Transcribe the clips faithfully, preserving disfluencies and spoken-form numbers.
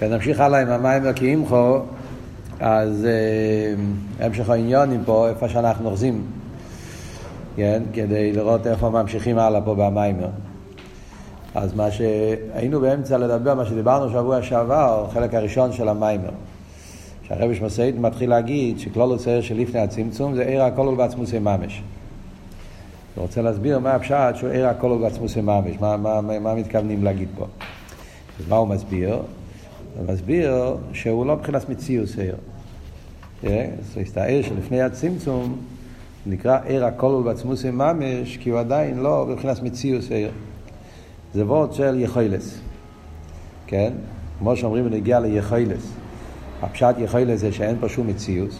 נמשיך הלאה עם המים וכימחו. אז אה, המשך העניונים פה, איפה שאנחנו אוחזים, כן? כדי לראות איפה ממשיכים הלאה פה במיימר. אז מה שהיינו באמצע לדבר, מה שדיברנו שבוע שעבר, חלק הראשון של המיימר, שהרבי שמסעיד מתחיל להגיד שכלל הצייר שלפני הצמצום זה עיר הכולל בעצמוסי ממש. הוא רוצה להסביר מה הפשט שהוא עיר הכולל בעצמוסי ממש, מה, מה, מה, מה מתכוונים להגיד פה. אז מה הוא מסביר? הוא מסביר שהוא לא מבחינת מציאוס עיר. זאת העיר שלפני הצמצום נקרא עיר הכולל בעצמוסי ממש, כי הוא עדיין לא מבחינת מציאוס עיר. זה וורד של יכולס. כן? כמו שאומרים בנגיע ליכולס. הפשט יכולס זה שאין פה שום מציאוס.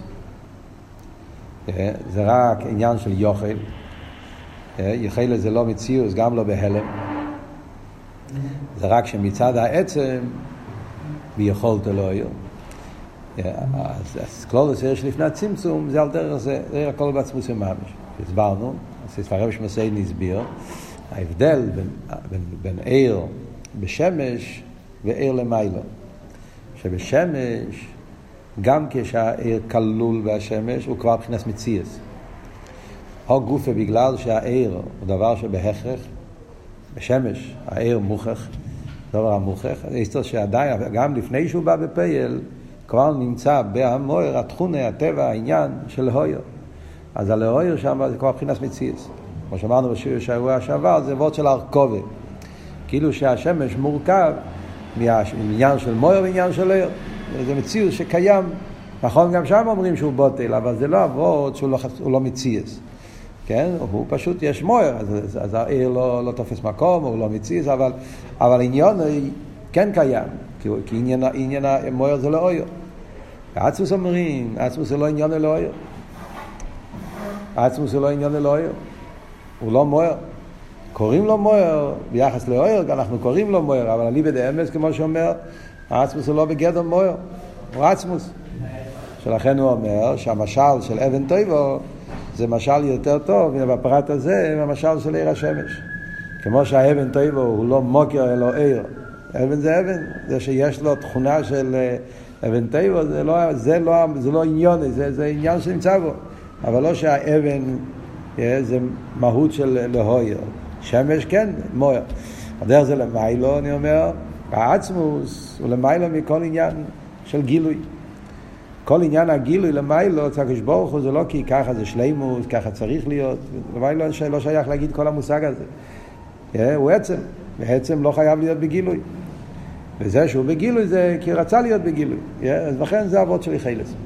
זה רק עניין של יוכל. יכולס זה לא מציאוס, גם לא בהלם. זה רק שמצד העצם ביכולת אלוהים. אז כלולוס יש לפני הצמצום, זה על דרך זה, זה הכל בעצמוס ממש. הסברנו, אז הרב שמסעיד נסביר, ההבדל בין, בין, בין עיר בשמש ועיר למיילו. שבשמש, גם כשהעיר כלול בהשמש, הוא כבר מבחינת מציאס. או גופה בגלל שהעיר הוא דבר שבהכרח, בשמש, העיר מוכח, דבר המוכח. זה שעדיין, גם לפני שהוא בא בפייל, כבר נמצא בהמויר, התכונה, הטבע, העניין של הויר. אז הלהויר שם זה כבר מבחינת מציאס. כמו שאמרנו בשבוע שעבר, זה וורד של הרכובה. כאילו שהשמש מורכב מעניין של מויר ועניין של עיר. זה מציאס שקיים. נכון, גם שם אומרים שהוא בוטל, אבל זה לא הוורד שהוא לא, לא מציאס. כן? הוא פשוט יש מויר, אז, אז העיר לא, לא תופס מקום, הוא לא מציאס, אבל, אבל עניין כן קיים. כי, כי עניין, עניין המויר זה לא אויר. העצמוס אומרים, העצמוס זה לא עניין אלא אויר. העצמוס זה לא עניין אלא אויר. הוא לא מויר. קוראים לו מויר, ביחס לאויר, אנחנו קוראים לו מויר, אבל אליבא דאמס, כמו שאומר, העצמוס הוא לא בגדר מויר. הוא עצמוס. שלכן הוא אומר שהמשל של אבן טויבו זה משל יותר טוב, ובפרט הזה, המשל של עיר השמש. כמו שהאבן טויבו הוא לא מוקר אלא עיר. אבן זה אבן, זה שיש לו תכונה של אבן טבע, זה לא, זה לא, זה לא עניין, זה, זה עניין שנמצא בו. אבל לא שהאבן זה מהות של להויר. שמש כן, מויר. הדרך זה למיילו, אני אומר, העצמוס הוא למיילו מכל עניין של גילוי. כל עניין הגילוי למיילו, צקש ברוך הוא, זה לא כי ככה זה שלימוס, ככה צריך להיות. למיילו לא שייך להגיד כל המושג הזה. הוא עצם, בעצם לא חייב להיות בגילוי. וזה שהוא בגילוי זה כי רצה להיות בגילוי. אז לכן זה עבוד של חילס.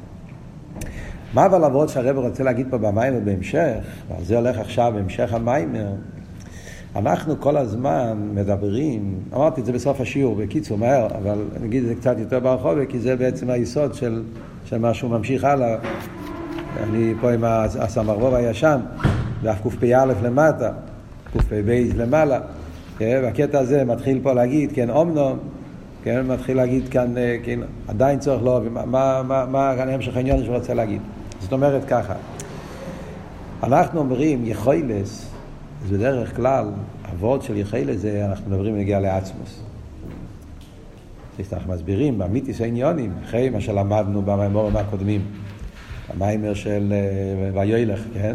מה אבל עבוד שהרב רוצה להגיד פה במיימר בהמשך, ועל זה הולך עכשיו בהמשך המיימר, אנחנו כל הזמן מדברים, אמרתי את זה בסוף השיעור, בקיצור מהר, אבל אני אגיד את זה קצת יותר ברחוב, כי זה בעצם היסוד של, של משהו ממשיך הלאה. אני פה עם הסמרבוב הישן, דף קפ"א למטה, קפ"ב למעלה. והקטע הזה מתחיל פה להגיד, כן, אומנום, כן, מתחיל להגיד כאן, כן, עדיין צורך לא, מה, מה, מה כאן המשך העניין שרוצה להגיד. זאת אומרת ככה, אנחנו אומרים יכולס, זה בדרך כלל, עבוד של יכולס זה, אנחנו מדברים נגיע לעצמוס. אנחנו מסבירים, באמיתיס העניונים, אחרי מה שלמדנו במיימורים הקודמים, המיימר של ויילך, כן,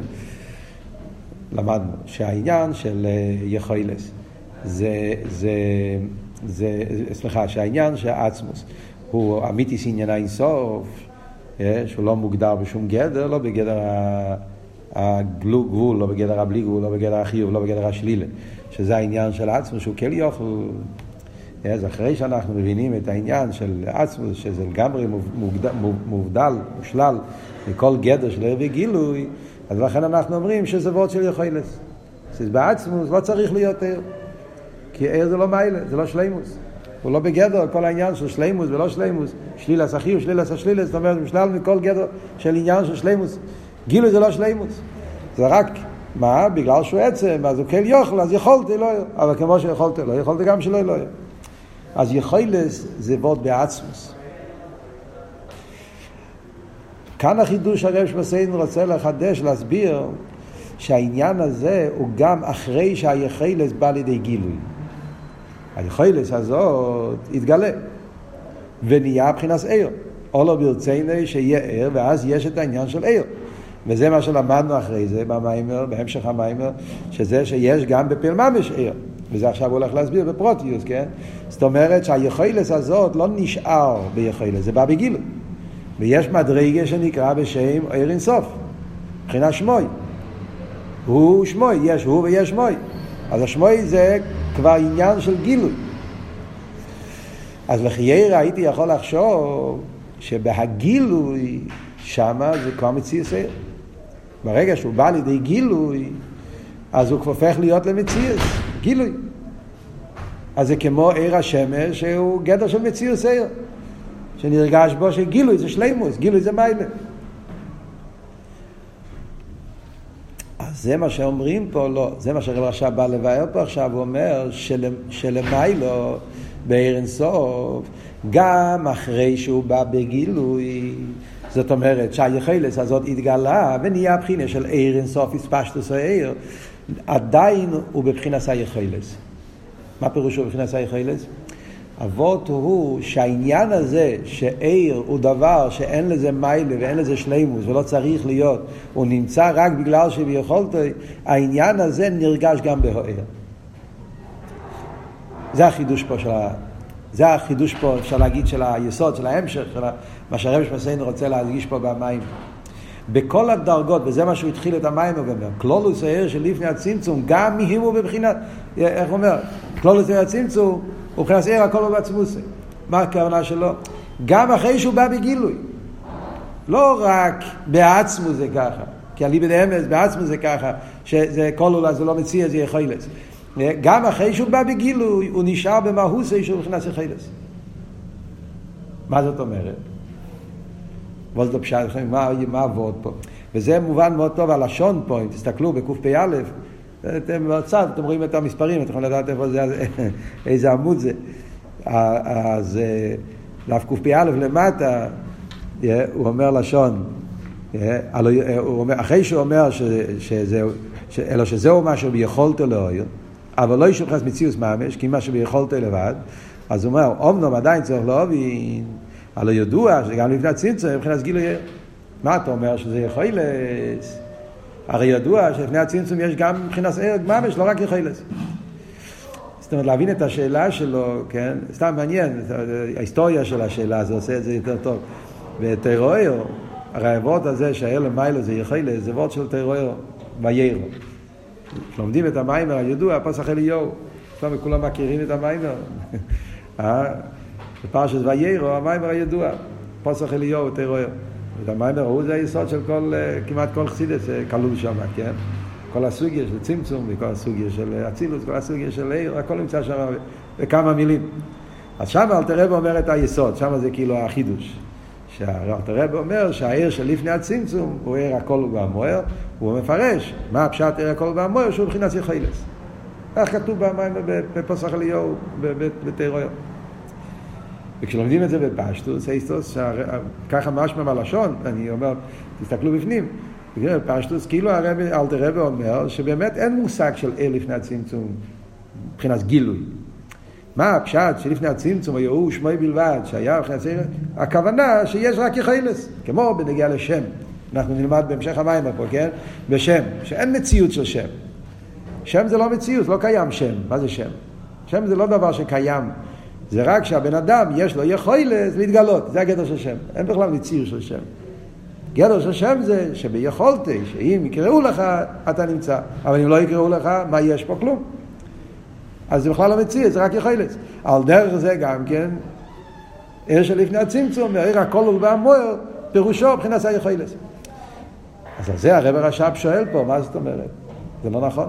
למדנו שהעניין של יכולס, זה, זה, זה, סליחה, שהעניין שהעצמוס הוא אמיתיס עניין אינסוף, שהוא לא מוגדר בשום גדר, לא בגדר הגבול, לא בגדר הבלי גבול, לא בגדר החיוב, לא בגדר השלילה, שזה העניין של העצמוס, שהוא כל יוכל. אז אחרי שאנחנו מבינים את העניין של עצמוס, שזה לגמרי מובדל, מושלל, מכל גדר של ערבי גילוי, אז לכן אנחנו אומרים שזה וורד של יכולס. אז בעצמוס לא צריך להיות עיר. כי עיר זה לא מיילה, זה לא שלימוס. הוא לא בגדר, כל העניין של שלימוס ולא שלימוס. שלילס אחי ושלילס השלילס, זאת אומרת, משלל מכל גדר של עניין של שלימוס. גילוי זה לא שלימוס. זה רק, מה? בגלל שהוא עצם, אז הוא כל יוכל, אז יכולתי לא יהיה. אבל כמו שיכולתי לא, יכולתי גם שלא לא יהיה. אז יכולס זה וורד בעצמוס. כאן החידוש הרב שמסעיד רוצה לחדש, להסביר, שהעניין הזה הוא גם אחרי שהיכולס בא לידי גילוי. היכולס הזאת התגלה. ונהיה מבחינת עיר. או לא ברצינו שיהיה עיר, ואז יש את העניין של עיר. וזה מה שלמדנו אחרי זה במיימר, בהמשך המיימר, שזה שיש גם בפעיל ממש עיר. וזה עכשיו הוא הולך להסביר בפרוטיוס, כן? זאת אומרת שהיכולת הזאת לא נשאר ביכולת, זה בא בגילוי. ויש מדרגה שנקרא בשם עיר אינסוף, מבחינת שמוי. הוא שמוי, יש הוא ויש שמוי. אז השמוי זה כבר עניין של גילוי. אז לחיירה הייתי יכול לחשוב שבהגילוי שמה זה כבר מציאס עיר. ברגע שהוא בא לידי גילוי, אז הוא כבר הופך להיות למציאס, גילוי. אז זה כמו עיר השמש שהוא גדר של מציאס עיר. שנרגש בו שגילוי זה שלימוס, גילוי זה מיילה. אז זה מה שאומרים פה, לא, זה מה שרב רש"ב בא לבאר פה עכשיו, הוא אומר של, שלמיילו בעיר אינסוף, גם אחרי שהוא בא בגילוי, זאת אומרת שהיכולת הזאת התגלה ונהיה הבחינה של עיר אינסוף, הספשטוס העיר, עדיין הוא בבחינת היכולת. מה פירושו בבחינת היכולת? אבות הוא שהעניין הזה שעיר הוא דבר שאין לזה מיילה ואין לזה שלימוס ולא צריך להיות, הוא נמצא רק בגלל שביכולתו, העניין הזה נרגש גם בהעיר. זה החידוש פה של ה... זה החידוש פה, אפשר להגיד, של היסוד, של ההמשך, של מה שהרב שמסענו רוצה להדגיש פה במים. בכל הדרגות, וזה מה שהוא התחיל את המים, הוא אומר, כלולוס העיר של לפני הצמצום, גם מהם הוא בבחינת, איך הוא אומר? כלולוס העיר הצמצום, הוא מבחינת עיר הכל הוא בעצמוסי. מה הכוונה שלו? גם אחרי שהוא בא בגילוי. לא רק בעצמו זה ככה, כי עלי בדאמס בעצמו זה ככה, שזה כלול, זה לא מציע, זה יכולת. גם אחרי שהוא בא בגילוי, הוא נשאר במהוסי שהוא מבחינת יכולת. מה זאת אומרת? וזה פשט, מה, מה עבוד פה? וזה מובן מאוד טוב, הלשון פה, אם תסתכלו בקוף פי א', אתם בצד, אתם רואים את המספרים, אתם יכולים לדעת איפה זה, איזה עמוד זה. אז דף קוף פי א' למטה, הוא אומר לשון, הוא אומר, אחרי שהוא אומר שזה, אלא שזהו משהו ביכולתו להועיל, אבל לא ישוב חס מציאוס ממש, כי משהו ביכולתו לבד, אז הוא אומר, אומנם עדיין צריך להבין, הלא ידוע שגם לפני הצמצום, מבחינת גילוי עיר. מה אתה אומר שזה יכולת? הרי ידוע שלפני הצמצום יש גם מבחינת עיר ממש, לא רק יכולת. זאת אומרת, להבין את השאלה שלו, כן? סתם מעניין, ההיסטוריה של השאלה, זה עושה את זה יותר טוב. ותירואר, הרי העבוד הזה שהעיר למיילו זה יכולת, זה עבוד של תירואר ויירו. כשלומדים את המיימר הידוע, פסח אליהו, עכשיו כולם מכירים את המיימר. בפרשת ויירו, המיימר הידוע, פסח אליהו, תירואר. את המיימר הוא זה היסוד של כל, כמעט כל חסידות כלול שם, כן? כל הסוגיה של צמצום, וכל הסוגיה של אצילות, כל הסוגיה של עיר, הכל נמצא שם בכמה מילים. אז שם אלתר רבי אומר את היסוד, שם זה כאילו החידוש. שאלתר רבי אומר שהעיר של לפני הצמצום הוא עיר הכל והמוער, הוא מפרש מה הפשט עיר הכל והמוער שהוא מבחינת יכולת. כך כתוב במים בפסח אליהו בתירואר. וכשלומדים את זה בפשטוס, ככה משמע מהלשון, אני אומר, תסתכלו בפנים, בפשטוס, כאילו אלתר רבי אומר שבאמת אין מושג של עיר לפני הצמצום מבחינת גילוי. מה הפשט שלפני הצמצום היו שמוי בלבד שהיה מבחינת עיר? הכוונה שיש רק יכולת, כמו בנגיעה לשם. אנחנו נלמד בהמשך המים פה, כן? בשם, שאין מציאות של שם. שם זה לא מציאות, לא קיים שם. מה זה שם? שם זה לא דבר שקיים. זה רק שהבן אדם יש לו יכולת להתגלות. זה הגדר של שם. אין בכלל מציאות של שם. גדר של שם זה שביכולתי, שאם יקראו לך, אתה נמצא. אבל אם לא יקראו לך, מה יש פה? כלום. אז זה בכלל לא מציאות, זה רק יכולת. על דרך זה גם כן, עיר שלפני הצמצום, עיר הכל ובהמוער, פירושו מבחינת היכולת. אז על זה הרב רש"ב שואל פה, מה זאת אומרת? זה לא נכון.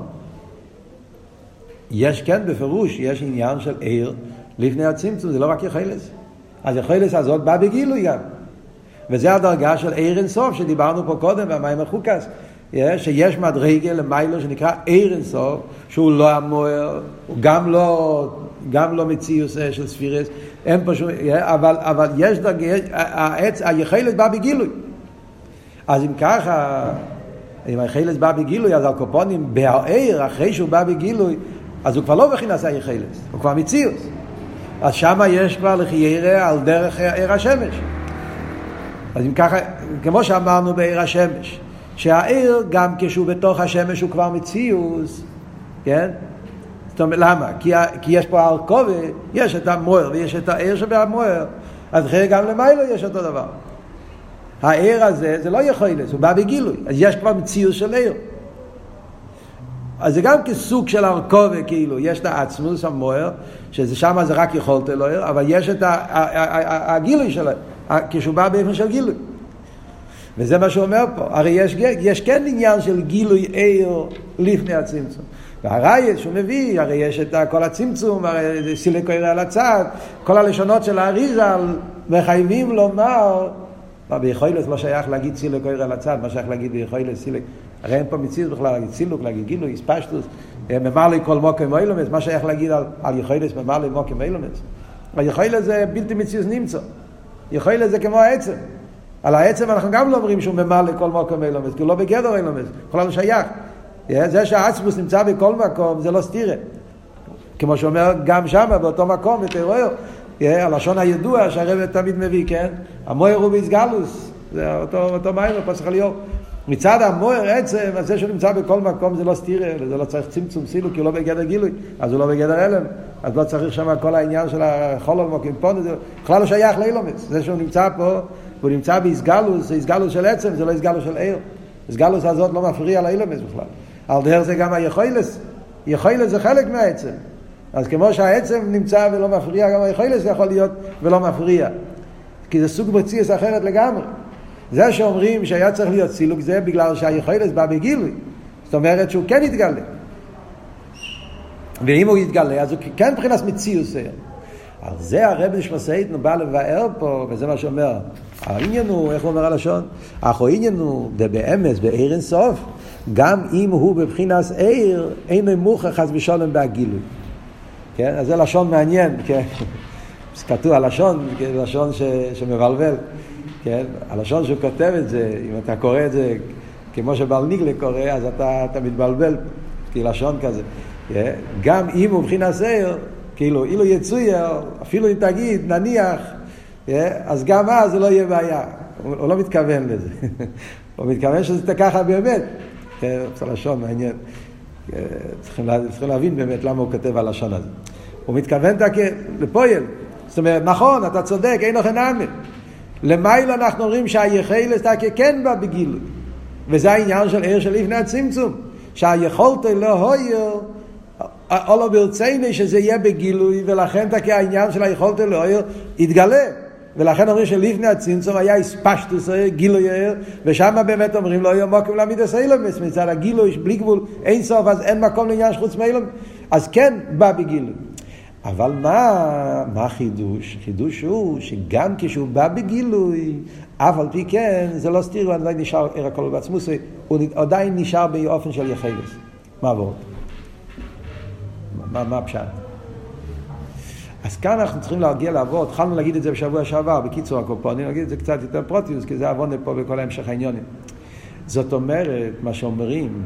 יש כן בפירוש, יש עניין של עיר לפני הצמצום, זה לא רק יכולת. אז יכולת הזאת באה בגילוי גם. וזה הדרגה של עיר אינסוף שדיברנו פה קודם במים החוקס. שיש מדרגה למיילו שנקרא עיר אינסוף, שהוא לא המוער, הוא גם לא, גם לא מציאוס של ספירס, אין פשוט, אבל, אבל יש דרגה, העץ, היכולת באה בגילוי. אז אם ככה, אם היכולת באה בגילוי, אז הקופונים בעיר, אחרי שהוא בא בגילוי, אז הוא כבר לא בכינס היכולת, הוא כבר מציאוס. אז שמה יש כבר לחיירה על דרך עיר השמש. אז אם ככה, כמו שאמרנו בעיר השמש, שהעיר גם כשהוא בתוך השמש הוא כבר מציאוס, כן? זאת אומרת, למה? כי, כי יש פה הרכובה, יש את המוער ויש את העיר שבמוער, אז אחרי גם למיילו יש אותו דבר. העיר הזה, זה לא יכול להיות, הוא בא בגילוי, אז יש כבר מציאוס של עיר. אז זה גם כסוג של הרכובה, כאילו, יש את העצמוס המוער, שזה שם זה רק יכולת אלוהיר, אבל יש את הגילוי שלו, כשהוא בא באופן של גילוי. וזה מה שהוא אומר פה. הרי יש, יש כן עניין של גילוי עיר לפני הצמצום. והרייס שהוא מביא, הרי יש את כל הצמצום, הרי סיליקו יראה על הצד, כל הלשונות של האריזל, מחייבים לומר, ביכולת לא שייך להגיד סיליקו יראה על הצד, מה שייך להגיד ביכולת סיליקו. הרי אין פה מציאות בכלל להגיד סילוק, להגיד גילוי, ספשטוס, ממלא כל מוקם ואילומס, מה שייך להגיד על, על יכולת ממלא מוקם ואילומס. היכולת זה בלתי מציאות נמצא. יכולת זה כמו העצם. על העצם אנחנו גם לא אומרים שהוא ממלא כל מוקם ואילומס, כי הוא לא בגדר אילומס, בכלל לא שייך. זה שהעצמוס נמצא בכל מקום, זה לא סתירה. כמו שאומר גם שם, באותו מקום, בתיאוריה, הלשון הידוע שהרב תמיד מביא, כן? המויר הוא בהסגלוס, זה אותו, אותו מים, פה צריך להיות. מצד המויר עצם, זה שהוא נמצא בכל מקום, זה לא סתירה, זה לא צריך צמצום סילוק, כי הוא לא בגדר גילוי, אז הוא לא בגדר אלם, אז לא צריך שם כל העניין של החול מוקים פון, זה בכלל לא שייך לאילומס. זה שהוא נמצא פה, הוא נמצא בהסגלוס, זה הסגלוס של עצם, זה לא הסגלוס של עיר. הסגלוס הזאת לא מפריע לאילומס בכלל. על דרך זה גם היכולס, יכולס זה חלק מהעצם. אז כמו שהעצם נמצא ולא מפריע, גם היכולס יכול להיות ולא מפריע. כי זה סוג מציאות אחרת לגמרי. זה שאומרים שהיה צריך להיות סילוק, זה בגלל שהיכולס בא בגילוי. זאת אומרת שהוא כן יתגלה. ואם הוא יתגלה, אז הוא כן מבחינת מציאות זה. על זה הרב נשמסייתנו בא לבאר פה, וזה מה שאומר. העניין הוא, איך הוא אומר הלשון? אך העניין הוא, דבאמס, בעיר אינסוף, גם אם הוא בבחינת עיר, אינו מוכח חס ושלום בהגילוי. כן? אז זה לשון מעניין, כן? כתוב הלשון, לשון ש, שמבלבל, כן? הלשון שהוא כותב את זה, אם אתה קורא את זה כמו שבעל ניגלה קורא, אז אתה, אתה מתבלבל, כי לשון כזה. כן? גם אם הוא בבחינת עיר, כאילו, אילו יצויר, אפילו אם תגיד, נניח, אז גם אז זה לא יהיה בעיה. הוא, הוא לא מתכוון לזה. הוא מתכוון שזה ככה באמת. זה לשון מעניין. צריכים, לה, צריכים להבין באמת למה הוא כותב על לשון הזה. הוא מתכוון לפועל. זאת אומרת, נכון, אתה צודק, אין לכם נאמן. למייל אנחנו אומרים שהיכולת כן בא בגילוי. וזה העניין של עיר של לפני הצמצום. שהיכולת לא הויר, או לא ברציני שזה יהיה בגילוי, ולכן תקי העניין של היכולת לא הויר יתגלה. ולכן אומרים שלפני הצמצום היה הספשטוס גילוי עיר, ושם באמת אומרים לא יהיה מוקם למידס אילומס, מצד הגילוי בלי גבול אין סוף, אז אין מקום לעניין שחוץ מאילומס, אז כן בא בגילוי. אבל מה, מה חידוש? חידוש הוא שגם כשהוא בא בגילוי, אף על פי כן, זה לא סתיר, הוא עדיין נשאר עיר הכל בעצמוס, הוא עדיין נשאר באופן של יחילס. מה עבור? מה, מה הפשט? אז כאן אנחנו צריכים להגיע לעבוד, התחלנו להגיד את זה בשבוע שעבר, בקיצור הקופונים, נגיד את זה קצת יותר פרוטיוס, כי זה עבוד פה בכל המשך העניונים. זאת אומרת, מה שאומרים,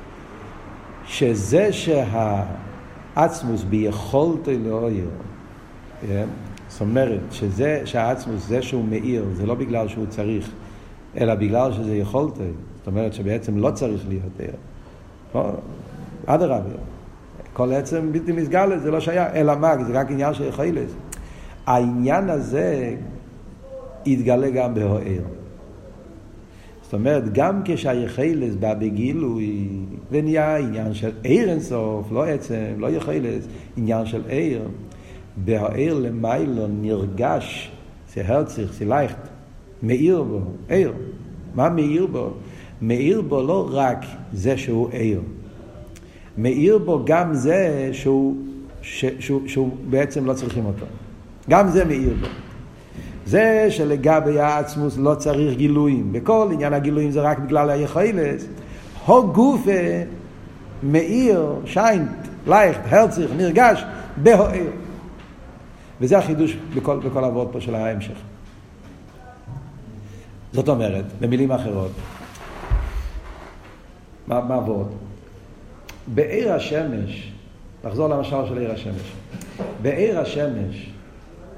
שזה שהעצמוס ביכולת אלוהיר, זאת אומרת, שזה שהעצמוס, זה שהוא מאיר, זה לא בגלל שהוא צריך, אלא בגלל שזה יכולת, זאת אומרת שבעצם לא צריך להיות עיר. לא, עד הרב, כל עצם בלתי מסגל, זה לא שייך, אלא מה, זה רק עניין של יכולת. העניין הזה יתגלה גם בהוער. זאת אומרת, גם כשהיכולת בא בגילוי, ונהיה עניין של עיר אינסוף, לא עצם, לא יכולת, עניין של עיר, בהוער למיילו נרגש, זה הרציך, זה לייכט, מאיר בו, עיר. מה מאיר בו? מאיר בו לא רק זה שהוא עיר, מאיר בו גם זה שהוא, ש, שהוא, שהוא בעצם לא צריכים אותו. גם זה מאיר בו. זה שלגבי העצמוס לא צריך גילויים. בכל עניין הגילויים זה רק בגלל היכולת. הו גופה מאיר, שיינט, לייכט, הרציך, נרגש, בהוער. וזה החידוש בכל, בכל העבוד פה של ההמשך. זאת אומרת, במילים אחרות, מה, מה עבוד? בעיר השמש, נחזור למשל של עיר השמש. בעיר השמש,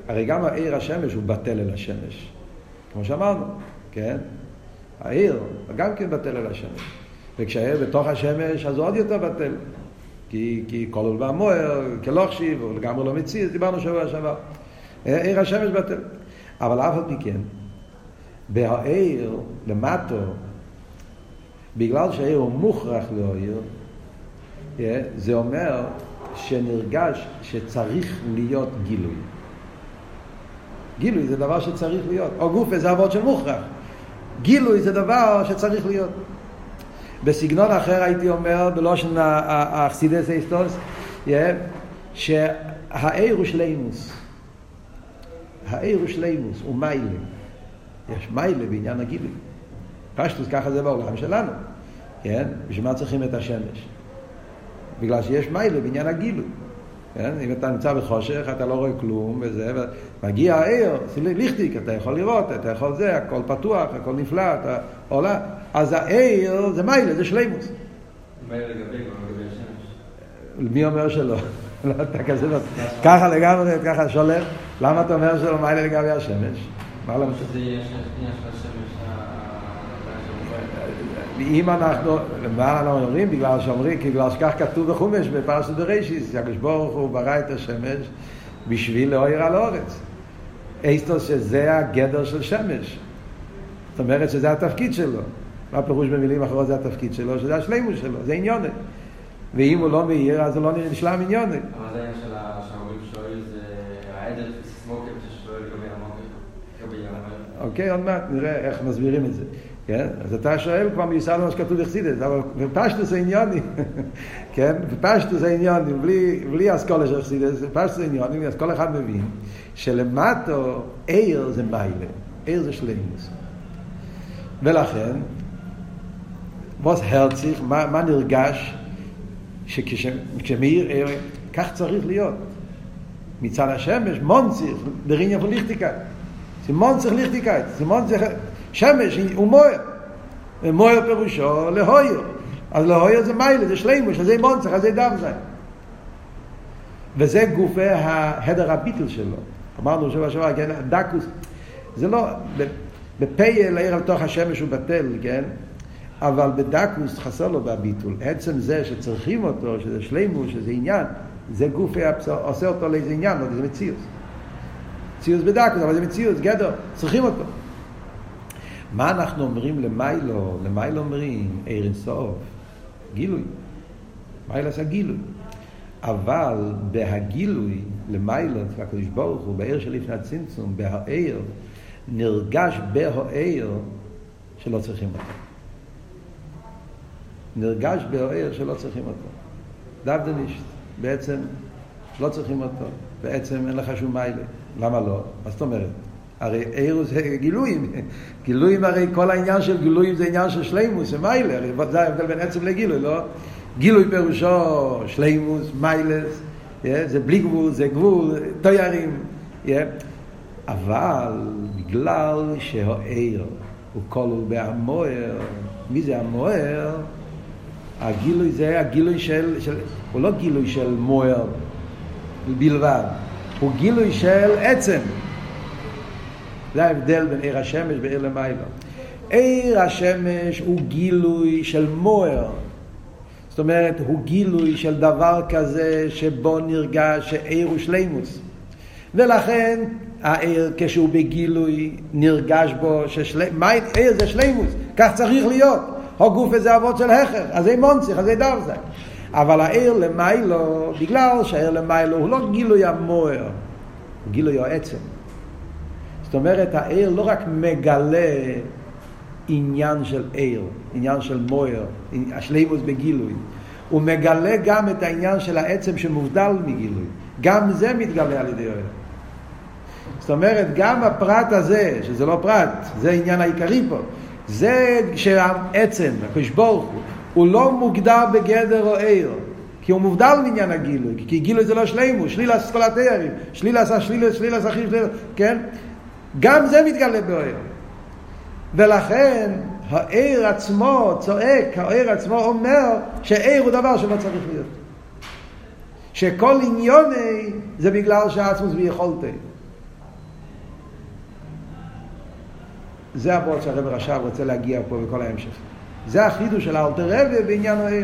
הרי גם העיר השמש הוא בטל אל השמש. כמו שאמרנו, כן? העיר גם כן בטל אל השמש. וכשהעיר בתוך השמש, אז הוא עוד יותר בטל. כי, כי כל הולבה מוער, כלוכשיב, הוא לגמרי לא מציא, דיברנו שבוע שעבר. עיר השמש בטל. אבל אף על פי כן, בהעיר, למטו, בגלל שהעיר הוא מוכרח להעיר, זה אומר שנרגש שצריך להיות גילוי. גילוי זה דבר שצריך להיות. או גוף זה עבוד של מוכרח. גילוי זה דבר שצריך להיות. בסגנון אחר הייתי אומר, בלושן האכסידס היסטוס, שהעיר הוא שלימוס. העיר הוא שלימוס, הוא מיילה. יש מיילה בעניין הגילוי. פשטוס ככה זה בעולם שלנו. כן? בשביל מה צריכים את השמש? בגלל שיש מיילה בעניין הגילוי. כן? אם אתה נמצא בחושך, אתה לא רואה כלום וזה, ומגיע העיר, ליכטיק, אתה יכול לראות, אתה יכול זה, הכל פתוח, הכל נפלא, אתה עולה. אז העיר זה מיילה, זה שלימוס. מיילה לגבי, גם לגבי השמש. מי אומר שלא? לא, אתה כזה לא. ככה לגמרי, ככה שולח. למה אתה אומר שלא מיילה לגבי השמש? מה למה? שזה יש עניין של השמש. אם אנחנו, מה אנחנו אומרים? בגלל שאומרים, כי בגלל שכך כתוב בחומש, בפרשת בראשיס, הקדוש ברוך הוא ברא את השמש בשביל להאיר על הארץ. אסתוס שזה הגדר של שמש. זאת אומרת שזה התפקיד שלו. מה פירוש במילים אחרות זה התפקיד שלו? שזה השלימוס שלו, זה עניון. ואם הוא לא מאיר, אז הוא לא נשלם עניון. אבל זה העניין של שהאומרים שואל, זה העדר סמוקר ששואל לגבי המוקר. אוקיי, עוד מעט נראה איך מסבירים את זה. כן? אז אתה שואל כבר מיוסד מה שכתוב בחסידות, אבל בפשטוס העניונים, כן? בפשטוס העניונים, בלי, בלי אסכולה של חסידות, בפשטוס העניונים, אז כל אחד מבין שלמטו עיר זה מיילה, עיר זה שלימוס. ולכן, בוס הרציך, מה, מה נרגש שכשמאיר עיר, כך צריך להיות. מצד השמש, מונציך, בריניה von ליכטיקייט. זה מונציך ליכטיקייט, זה מונציך... שמש הוא מויר. מויר פירושו להויר. אז להויר זה מיילה, זה שלימוש, זה מונצח, זה דם זה. וזה גופי ההדר הביטל שלו. אמרנו שבוע שבוע, כן, דקוס. זה לא, בפייל העיר על תוך השמש הוא בטל, כן? אבל בדקוס חסר לו בביטול. עצם זה שצריכים אותו, שזה שלימוש, שזה עניין, זה גופי עושה אותו לאיזה עניין, לא, זה מציאות. מציאות בדקוס, אבל זה מציאות, גדר, צריכים אותו. מה אנחנו אומרים למיילו? למיילו אומרים עיר אינסוף, גילוי. מיילו זה גילוי. אבל בהגילוי, למיילו, הקדוש ברוך הוא, בעיר שלפני הצמצום, בהעיר, נרגש בהעיר שלא צריכים אותו. נרגש בהעיר שלא צריכים אותו. דבדניש, בעצם לא צריכים אותו. בעצם אין לך שום מיילו. למה לא? מה זאת אומרת? הרי עיר זה גילויים. גילויים, הרי כל העניין של גילויים זה עניין של שלימוס, זה מיילה. הרי זה ההבדל בין עצם לגילוי, לא? גילוי פירושו שלימוס, מיילס, זה בלי גבול, זה גבול, תיירים. אבל בגלל שהעיר הוא כלול בהמוער, מי זה המוער? הגילוי זה הגילוי של, של הוא לא גילוי של מוער בלבד, הוא גילוי של עצם. זה ההבדל בין עיר השמש ועיר למיילו. עיר השמש הוא גילוי של מוער. זאת אומרת, הוא גילוי של דבר כזה שבו נרגש שעיר הוא שלימוס. ולכן, העיר כשהוא בגילוי נרגש בו ששלימוס, עיר זה שלימוס, כך צריך להיות. הגוף הזה אבות של החר, אז זה מונציך, אז זה דרזה. אבל העיר למיילו, בגלל שהעיר למיילו הוא לא גילוי המוער, הוא גילוי העצם. זאת אומרת, העיר לא רק מגלה עניין של עיר, עניין של מוער, השלימוס בגילוי, הוא מגלה גם את העניין של העצם שמובדל מגילוי. גם זה מתגלה על ידי העיר. זאת אומרת, גם הפרט הזה, שזה לא פרט, זה העניין העיקרי פה, זה שהעצם, הקדוש ברוך הוא, הוא לא מוגדר בגדר או עיר, כי הוא מובדל מעניין הגילוי, כי גילוי זה לא שלימוס, שלילת כל התארים, שלילת שלילת שלילת אחים, כן? גם זה מתגלה בעיר. ולכן העיר עצמו צועק, העיר עצמו אומר שעיר הוא דבר שלא צריך להיות. שכל עניוני זה בגלל שעצמוס ויכולתי. זה הבאות שהרב רש"ב רוצה להגיע פה בכל ההמשך. זה החידוש של האלטר רבי בעניין העיר.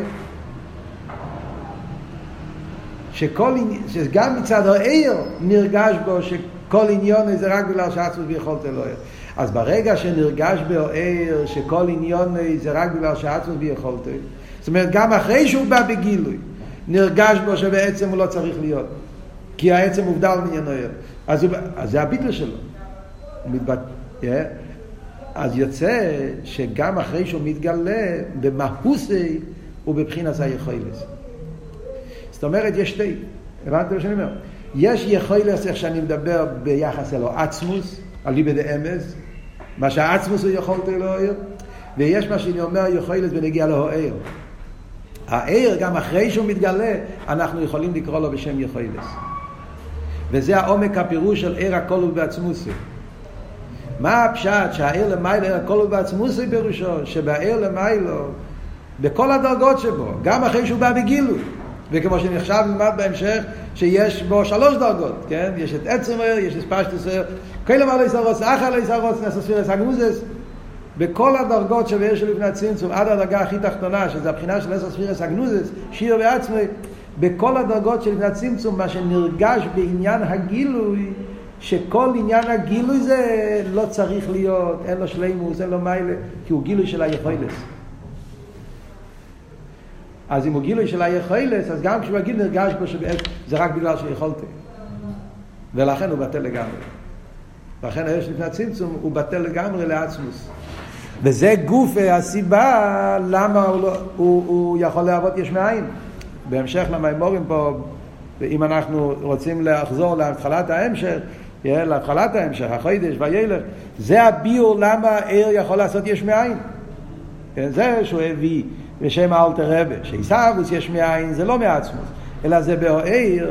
שכל, שגם מצד העיר נרגש בו שכל עניון זה רק בגלל שעצמוס ביכולת אלוהים. אז ברגע שנרגש בעיר שכל עניון זה רק בגלל שעצמוס ביכולת, זאת אומרת גם אחרי שהוא בא בגילוי נרגש בו שבעצם הוא לא צריך להיות, כי העצם מובדל מעניין העיר. אז, הוא, אז זה הביטל שלו. מתבט... yeah. אז יוצא שגם אחרי שהוא מתגלה במהוסי ובבחינת היכולת. זאת אומרת יש שתי, הבנתם מה שאני אומר? יש יכולת איך שאני מדבר ביחס אלו עצמוס, אליבא דאמס, מה שהעצמוס הוא יכולת אלוהיר, ויש מה שאני אומר יכולת בנגיע לו העיר. העיר גם אחרי שהוא מתגלה אנחנו יכולים לקרוא לו בשם יכולת. וזה העומק הפירוש של עיר הכל הוא בעצמוסי. מה הפשט שהעיר למיילו עיר הכל הוא בעצמוסי פירושו? שבעיר למיילו בכל הדרגות שבו, גם אחרי שהוא בא בגילוי, וכמו שנחשב נלמד בהמשך שיש בו שלוש דרגות, כן? יש את עצם העיר, יש את פשטוס העיר, כל אמר לי סרוס, אחר לי סרוס, נסספירס הגנוזס, בכל הדרגות שבעיר של לפני הצמצום, עד הדרגה הכי תחתונה, שזה הבחינה של נסספירס הגנוזס, שיר ועצמי, בכל הדרגות של לפני הצמצום, מה שנרגש בעניין הגילוי, שכל עניין הגילוי זה לא צריך להיות, אין לו שלימוס, אין לו מיילה, כי הוא גילוי של היכולת. אז אם הוא גילוי של היכולת, אז גם כשהוא הגיל נרגש בו שבעצם זה רק בגלל שיכולתי. ולכן הוא בטל לגמרי. לכן היש לפני הצמצום הוא בטל לגמרי לעצמוס. וזה גוף הסיבה למה הוא, לא, הוא, הוא יכול לעבוד יש מאין. בהמשך למיימורים פה, אם אנחנו רוצים לחזור להתחלת ההמשך, להתחלת ההמשך, החודש והילך, זה הביור למה עיר יכול לעשות יש מאין. זה שהוא הביא בשם האלטר רבי, שעיסאוויס יש מאין, זה לא מעצמוס, אלא זה בעיר,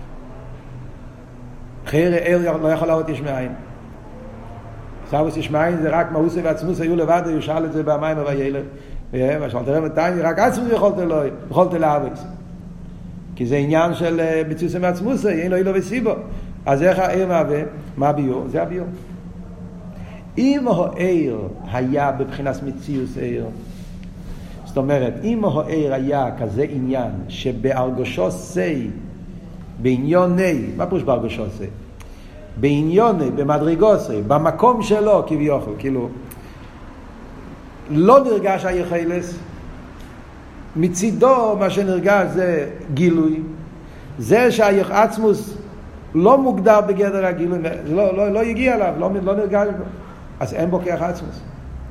חייר עיר לא יכול לעבוד יש מאין. עיסאוויס יש מאין זה רק מהוסי ועצמוס, היו לבד, הוא שאל את זה במים והילך, מה שאלטר רבי תאני, רק עצמוס יכולת אלוהי, יכולת להאוויס. כי זה עניין של ביצוס מעצמוס, אין לו אילו וסיבו. אז איך העיר מהווה? מה הביור? זה הביור. אם העיר היה בבחינת מציאוס עיר, זאת אומרת, אם העיר היה כזה עניין שבארגושו סי, בעניוני, מה פירוש בארגושו סי? בעניוני, במדרגו סי, במקום שלו כביכול, כאילו, לא נרגש היכולת, מצידו מה שנרגש זה גילוי, זה שהעצמוס לא מוגדר בגדר הגילוי, לא, לא, לא יגיע אליו, לא, לא נרגש בו, אז אין בו כוח עצמוס.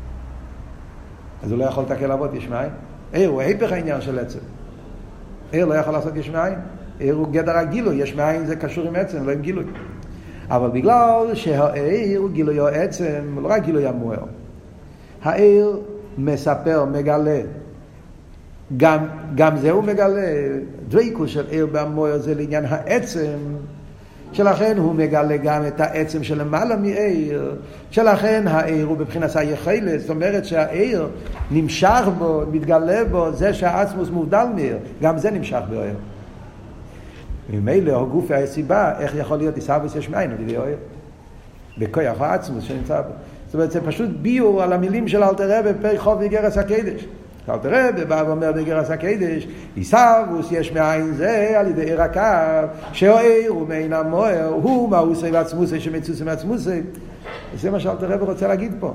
אז הוא לא יכול לתקל לעבוד יש מאין. עיר הוא היפך העניין של עצם. עיר לא יכול לעשות יש מאין. עיר הוא גדר הגילוי, יש מאין זה קשור עם עצם, לא עם גילוי. אבל בגלל שהעיר הוא גילוי העצם, לא רק גילוי המואר. העיר מספר, מגלה. גם, גם זה הוא מגלה. דוויקוס של עיר במואר זה לעניין העצם, שלכן הוא מגלה גם את העצם של למעלה מעיר, שלכן העיר הוא בבחינת היכולת, זאת אומרת שהעיר נמשך בו, מתגלה בו, זה שהעצמוס מובדל מעיר, גם זה נמשך בעיר. ממילא הגוף הסיבה, איך יכול להיות עיסאוויס יש מאין, עוד יהיה עיר. בכוח העצמוס שנמצא בו. זאת אומרת, זה פשוט ביור על המילים של אלתר רבי בפרק חוב ואיגרס הקדש. אלתר רבי בא ואומר באיגרס הקדש, עיסאוויס יש מאין זה על ידי עיר הקו, שהעיר הוא מעין המואר, הוא מהוסי ועצמוסי שמצוסי מעצמוסי. זה מה שאלתר רבי רוצה להגיד פה.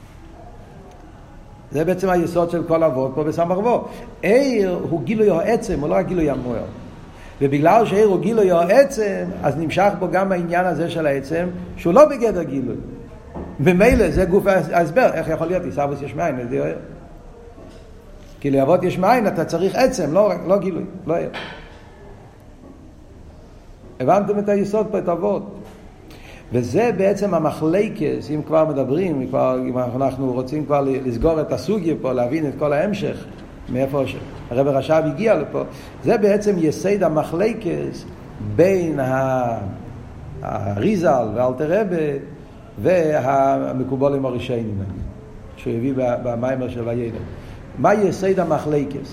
זה בעצם היסוד של כל אבות פה בסמ"ך. עיר הוא גילוי העצם, הוא לא רק גילוי המואר. ובגלל שעיר הוא גילוי העצם, אז נמשך בו גם העניין הזה של העצם, שהוא לא בגדר גילוי. במילא זה גוף ההסבר, איך יכול להיות עיסאוויס יש מאין, זה עיר. כי לאבות יש מאין אתה צריך עצם, לא, לא גילוי, לא עיר. הבנתם את היסוד פה, את אבות. וזה בעצם המחלקס, אם כבר מדברים, אם, כבר, אם אנחנו רוצים כבר לסגור את הסוגיה פה, להבין את כל ההמשך, מאיפה הרב רש"ב הגיע לפה, זה בעצם יסד המחלקס בין הריזל ואלתר רבי והמקובלים הראשונים, שהוא הביא במיימר של הילד. מה יסד המחלקס?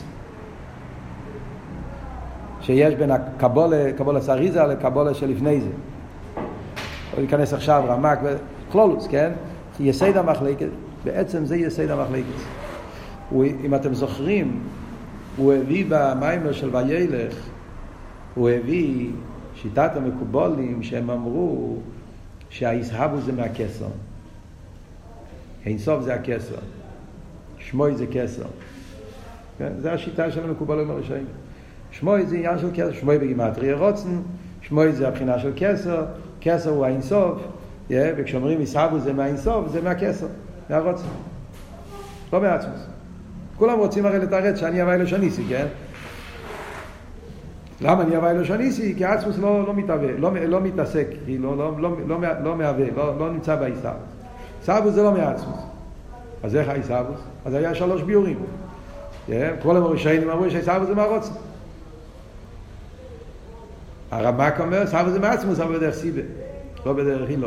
שיש בין הקבולה, קבולה סריזל לקבולה שלפני זה. הוא ייכנס עכשיו רמק וכלולוס, כן? יסוד המחלקת, בעצם זה יסוד המחלקת. אם אתם זוכרים, הוא הביא במיימר של וילך, הוא הביא שיטת המקובלים שהם אמרו שהישהבו זה מהכסר. אינסוף זה הכסר. שמוי זה כסר. זה השיטה של המקובלים הראשיים. שמוי זה עניין של כסר. שמוי בגימטריה רוצן. שמוי זה הבחינה של כסר. כסר הוא האינסוף. וכשאומרים ישהבו זה מהאינסוף, זה מהכסר. מהרוצן. לא מעצמוס. כולם רוצים הרי לתרץ שאני הווי לו שניסי, כן? למה אני הווי לו שניסי? כי עצמוס לא, לא מתהווה, לא, לא מתעסק, לא, לא, לא, לא, לא מהווה, לא, לא נמצא באיסאבוס. איסאבוס זה לא מעצמוס. אז איך האיסאבוס? אז היה שלוש ביורים. כל המורשיינים אמרו שאיסאבוס זה מהרוצן. הרמק אומר, איסאבוס זה מעצמוס, אבל בדרך סיבה, לא בדרך הילו.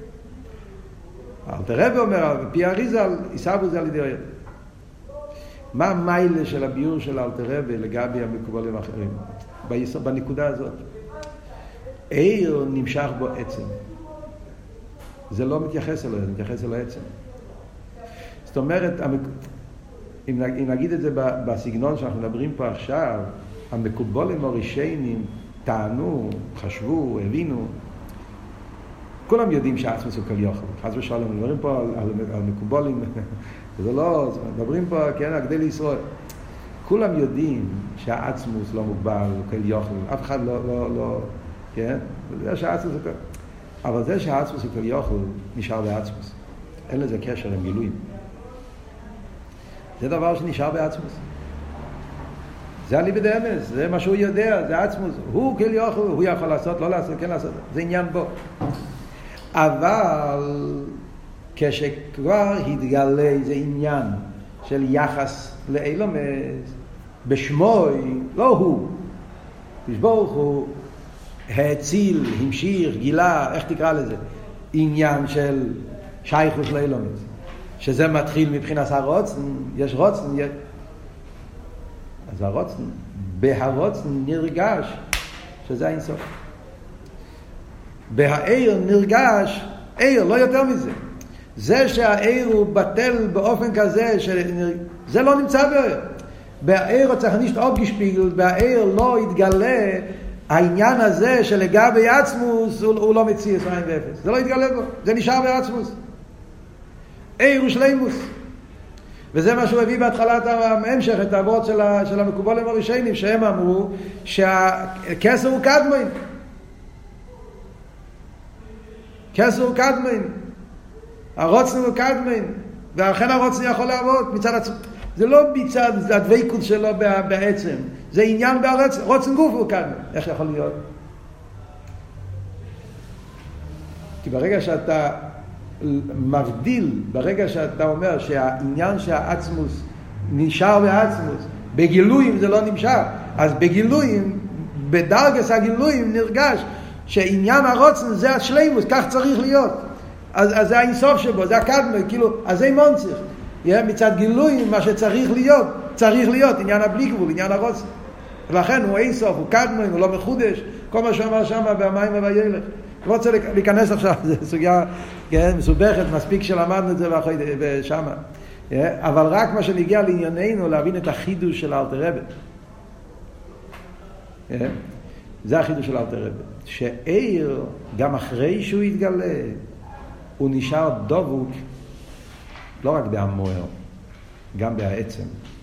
אלתר רבי אומר, פי אריזל, איסאבוס זה על ידי אויר. מה המיילה של הביור של אלתר רבי לגבי המקובלים האחרים? בנקודה הזאת. עיר נמשך בו עצם. זה לא מתייחס אלו, זה מתייחס אלו עצם. זאת אומרת, אם נגיד את זה בסגנון שאנחנו מדברים פה עכשיו, המקובלים הראשונים טענו, חשבו, הבינו, כולם יודעים שהעצמוס הוא כל יוכל. חס ושלום, מדברים פה על, על, על מקובלים, זה לא, מדברים פה, כן, כדי לישראל. כולם יודעים שהעצמוס לא מוגבל, הוא כל יוכל. אף אחד לא, לא, לא, כן? זה שהעצמוס הוא כל... אבל זה שהעצמוס הוא כל יוכל, נשאר בעצמוס. אין לזה קשר עם גילויים. זה דבר שנשאר בעצמוס. זה עלי בדאמס, זה מה שהוא יודע, זה עצמוס. הוא כל יוכל, הוא יכול לעשות, לא לעשות, כן לעשות. זה עניין בו. אבל כשכבר התגלה איזה עניין של יחס לאילומס, בשמוי, לא הוא, בשבורך הוא הציל, המשיך, גילה, איך תקרא לזה? עניין של שייכוס לאילומס, שזה מתחיל מבחינת הרוצן, יש רוצן, יש... אז הרוצן, בהרוצן נרגש שזה האינסוף. בהעיר נרגש, עיר, לא יותר מזה. זה שהעיר הוא בטל באופן כזה, זה לא נמצא בעיר. בעיר הוא צריך להכניס עוד גשפיגל, בעיר לא יתגלה העניין הזה שלגבי עצמוס הוא, הוא לא מציע עשרים ואפס. זה לא יתגלה בו, זה נשאר בעצמוס. עיר הוא שלימוס. וזה מה שהוא הביא בהתחלת ההמשך, את העבוד של, של המקובלים הראשונים, שהם אמרו שהכסר הוא קדמין. כסר הוא קדמין. הרוצן הוא קדמין. ולכן הרוצן יכול לעבוד מצד עצמו. זה לא מצד הדבקות שלו בעצם. זה עניין ברוצן. רוצן גוף הוא קדמין. איך יכול להיות? כי ברגע שאתה מבדיל, ברגע שאתה אומר שהעניין שהעצמוס נשאר בעצמוס, בגילויים זה לא נמשך, אז בגילויים, בדרגס הגילויים נרגש שעניין הרוצן זה השלימוס, כך צריך להיות. אז, אז זה האינסוף שבו, זה הקדמה, כאילו, אז זה מונצח. מצד גילויים, מה שצריך להיות, צריך להיות עניין הבלי גבול, עניין הרוצן. ולכן הוא אינסוף, הוא קדמה, הוא לא מחודש, כל מה שאמר שם במים וילך. לא רוצה להיכנס עכשיו, זו סוגיה כן, מסובכת, מספיק שלמדנו את זה ושם. אבל רק מה שנגיע לענייננו, להבין את החידוש של אלתר רבי. זה החידוש של אלתר רבי. שעיר, גם אחרי שהוא יתגלה, הוא נשאר דבוק, לא רק בהמוער, גם בעצם.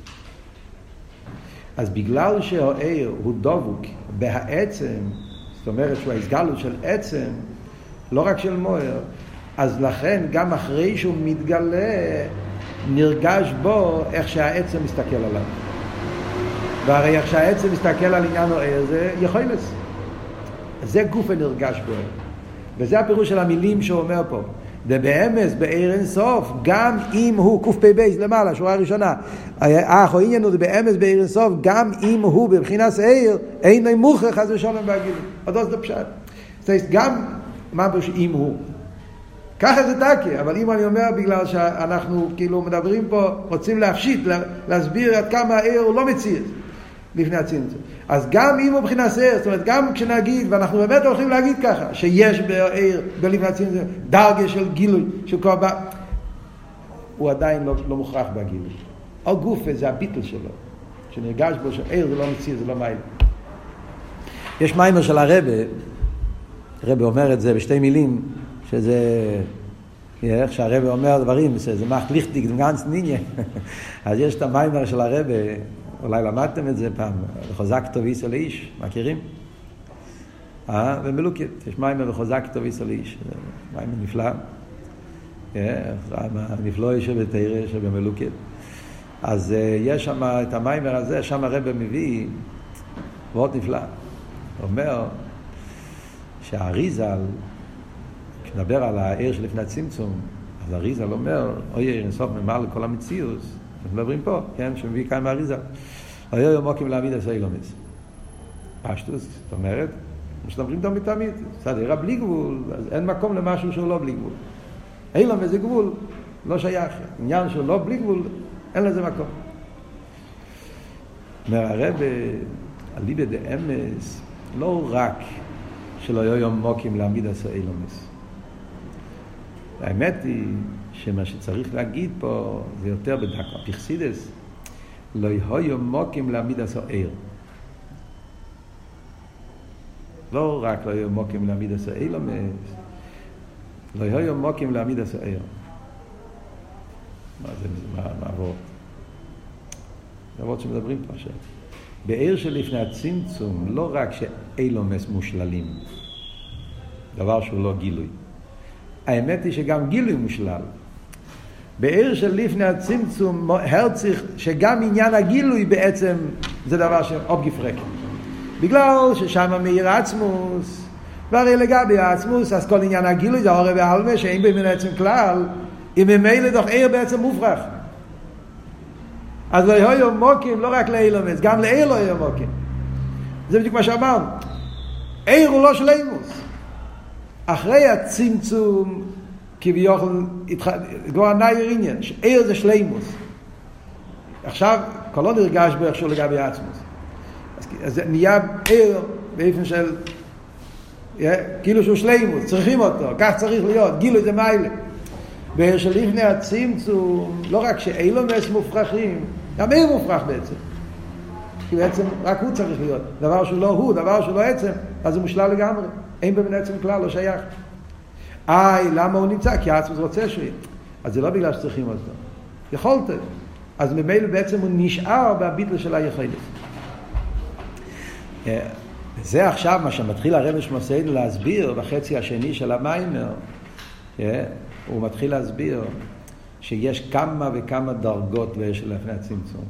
אז בגלל שהעיר הוא דבוק בהעצם, זאת אומרת שהוא ההסגלות של עצם, לא רק של מוער, אז לכן גם אחרי שהוא מתגלה, נרגש בו איך שהעצם מסתכל עליו. והרי איך שהעצם מסתכל על עניין העיר, זה יכול לס. זה גוף הנרגש בו. וזה הפירוש של המילים שהוא אומר פה. ובאמס, בעיר אין סוף, גם אם הוא קוף פי בייס למעלה, שורה ראשונה, אך או עניין הוא באמס בעיר אין סוף, גם אם הוא בבחינת העיר, אין מוכרח אז ושולם בהגילים. עוד עוד זה פשט. זאת אומרת, גם, מה פשוט אם הוא? ככה זה תקי, אבל אם אני אומר בגלל שאנחנו כאילו מדברים פה, רוצים להפשיט, להסביר עד כמה העיר הוא לא מציץ לפני הצמצום. אז גם אם הוא בחינת העיר, זאת אומרת, גם כשנגיד, ואנחנו באמת הולכים להגיד ככה, שיש בעיר, בלפני הצמצום, דרגה של גילוי, של כל... הוא עדיין לא, לא מוכרח בגילוי. או גופה זה הביטל שלו, שנרגש בו שעיר זה לא מציא, זה לא מייל. יש מיימר של הרבא, הרבא אומר את זה בשתי מילים, שזה, איך שהרבא אומר דברים, זה מאך ליכטיק, זה גנץ ניניה. אז יש את המיימר של הרבא, אולי למדתם את זה פעם, וחוזק טוב איסו לאיש, מכירים? אה, ומלוקת, יש מיימר וחוזק טוב איסו לאיש, מיימר נפלא. הנפלא שבתרא שבמלוקת. אז יש שם את המיימר הזה, שם הרבא מביא מאוד נפלא. הוא אומר שהאריזל, כשנדבר על העיר שלפני הצמצום, אז האריזל אומר, אוי עיר אינסוף ממעל לכל המציאות, אנחנו מדברים פה, כן, שמביא כאן מהאריזל. אוי עיר מוקים להעמיד עשה אילומס. פשטוס, זאת אומרת, משתמרים תמיד תמיד. בסדר, עירה בלי גבול, אז אין מקום למשהו שהוא לא בלי גבול. אילומס זה גבול, לא שייך. עניין שהוא לא בלי גבול, אין לזה מקום. אומר הרב, אליבא דאמס, לא רק שלא יהיו מוקים להעמיד עשה אילומס. האמת היא שמה שצריך להגיד פה זה יותר בדקה. פרסידס, לא יהיו מוקים להעמיד עשה עיר. לא רק לא יהיו מוקים להעמיד עשה אילומס, לא יהיו מוקים להעמיד עשה עיר. מה זה, מה, מה עבוד? זה עבוד שמדברים פה עכשיו. בעיר שלפני הצמצום, לא רק שאילומס מושללים, דבר שהוא לא גילוי. האמת היא שגם גילוי מושלל. בעיר שלפני הצמצום, הרציך שגם עניין הגילוי בעצם זה דבר שאוב גפרק. בגלל ששם מאיר עצמוס, והרי לגבי העצמוס, אז כל עניין הגילוי זה הורי והלווה, שאין בין עצם כלל, אם ממילא דוח עיר בעצם מופרח. אז לא יהיו מוקים, לא רק לאילומס, גם לעיר לא יהיו מוקים. זה בדיוק מה שאמרנו. עיר הוא לא שלימוס. אחרי הצמצום, כביכול, כבר הנאי עניין, עיר זה שלימוס. עכשיו, כל לא נרגש בו איכשהו לגבי העצמוס. אז זה נהיה עיר באופן של, כאילו שהוא שלימוס, צריכים אותו, כך צריך להיות, גילו זה מיילה. בעיר שלפני הצמצום, לא רק שאילומס מופרחים, גם עיר מופרח בעצם. כי בעצם רק הוא צריך להיות. דבר שהוא לא הוא, דבר שהוא לא עצם, אז הוא מושלל לגמרי. אין בבין עצם כלל, לא שייך. איי, למה הוא נמצא? כי העצמוס רוצה שהוא יהיה. אז זה לא בגלל שצריכים אותו. יכולת. אז ממילא בעצם הוא נשאר בביטל של היכולת. זה עכשיו מה שמתחיל הרב שמוסיינו להסביר בחצי השני של המיימר. הוא מתחיל להסביר שיש כמה וכמה דרגות ויש לפני הצמצום.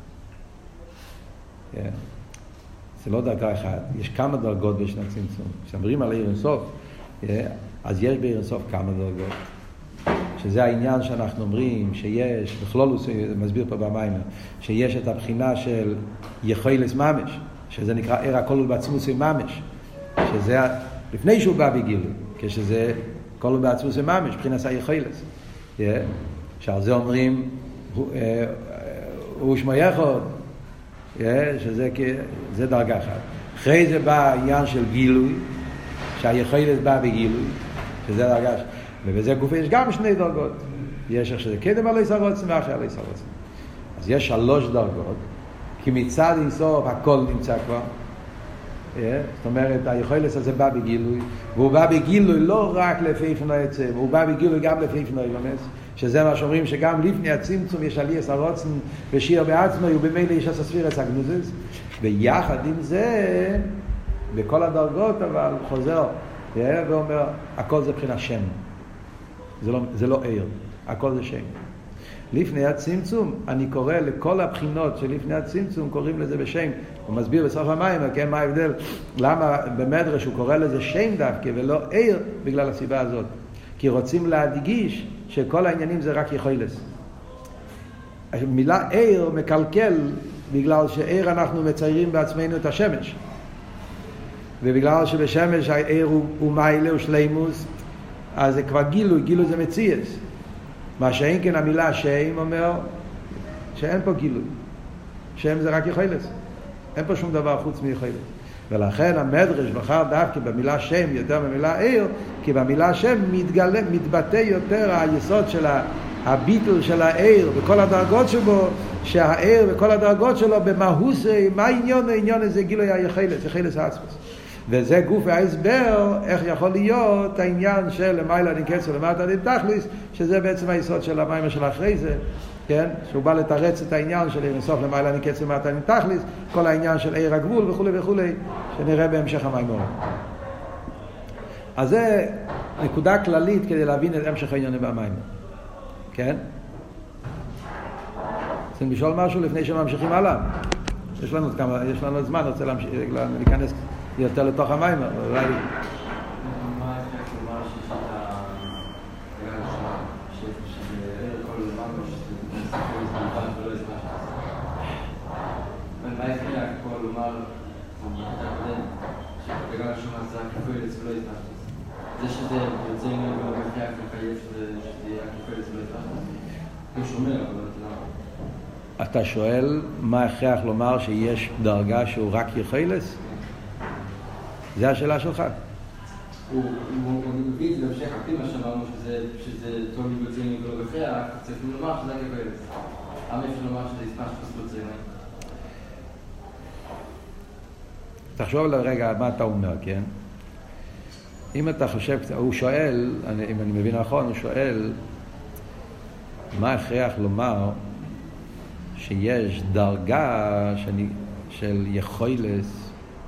זה לא דרגה אחת, יש כמה דרגות ויש לפני הצמצום. כשאמרים על עיר אינסוף, אז יש בעיר אינסוף כמה דרגות. שזה העניין שאנחנו אומרים שיש, בכלול הוא מסביר פה במיימר, שיש את הבחינה של יכולת ממש, שזה נקרא עיר הכל בעצמוס ממש, שזה לפני שהוא בא בגילוי, כשזה כל בעצמוס ממש, בחינת היכולת. שעל זה אומרים, הוא שמו יחוד, שזה זה דרגה אחת. אחרי זה בא העניין של גילוי, שהיכולת בא בגילוי, שזה דרגה, ובזה גופה יש גם שני דרגות. יש איך שזה קדם על איסר רוצים ואחרי על איסר רוצים. אז יש שלוש דרגות, כי מצד אינסוף הכל נמצא כבר. זאת אומרת, היכולת הזה בא בגילוי, והוא בא בגילוי לא רק לפי פני עצם, הוא בא בגילוי גם לפי פני אילומס, שזה מה שאומרים שגם לפני הצמצום יש עלי עשר רוצן ושיר בעצמו, ובמילא יש עשר ספירס הגנוזס, ויחד עם זה, בכל הדרגות אבל חוזר, ואומר, הכל זה בחינה שם. זה לא, זה לא עיר, הכל זה שם. לפני הצמצום, אני קורא לכל הבחינות שלפני הצמצום, קוראים לזה בשם. הוא מסביר בסוף המים, כן, מה ההבדל? למה במדרש הוא קורא לזה שם דווקא ולא עיר, בגלל הסיבה הזאת. כי רוצים להדגיש שכל העניינים זה רק יכולת. המילה עיר מקלקל בגלל שעיר אנחנו מציירים בעצמנו את השמש. ובגלל שבשמש העיר הוא, הוא מיילה, הוא שלימוס, אז זה כבר גילוי, גילוי זה מציאס. מה שאין כן המילה שם אומר שאין פה גילוי. שם זה רק יכולת. אין פה שום דבר חוץ מיכולת. ולכן המדרש בחר דווקא במילה שם יותר במילה עיר, כי במילה שם מתגלה, מתבטא יותר היסוד של הביטול של העיר וכל הדרגות שבו, שהעיר וכל הדרגות שלו במהוס, מה העניין? העניין הזה גילוי היחילס, יחילס העצמוס. וזה גוף ההסבר איך יכול להיות העניין של למעלה נקץ ולמטה נתכליס, שזה בעצם היסוד של המים של אחרי זה, כן? שהוא בא לתרץ את העניין של עיר אינסוף למעלה נקץ ולמטה נתכליס, כל העניין של עיר הגבול וכו' וכו', שנראה בהמשך המים אורם. אז זה נקודה כללית כדי להבין את המשך העניינים במים, כן? רוצים לשאול משהו לפני שממשיכים הלאה? יש לנו כמה, יש לנו זמן, רוצה להמשיך, להיכנס יותר לתוך המים, אולי... מה אפשר לומר שיש את הגל השמה, שזה כל ממש, שזה מספר לזמן ולא לזמן שתעשה. מה אפשר כל לומר, בקטע הקודם, שבגל השמה זה רק כפוילס ולא לזמן שתעשה. זה שזה יוצא ממנו במחייך לחייב שזה יהיה כפוילס ולא לזמן שתעשה. הוא שומר, אבל זה לא... אתה שואל מה הכרח לומר שיש דרגה שהוא רק יחילס? זה השאלה שלך. הוא מביא את זה בהמשך הפי מה שאמרנו שזה טוב מבוצעים ולא בכרח, צריך לומר שזה רק יחילס. למה אפשר לומר שזה יספש בוצעים? תחשוב לרגע מה אתה אומר, כן? אם אתה חושב, הוא שואל, אם אני מבין נכון, הוא שואל מה הכרח לומר שיש דרגה שאני, של יכולס,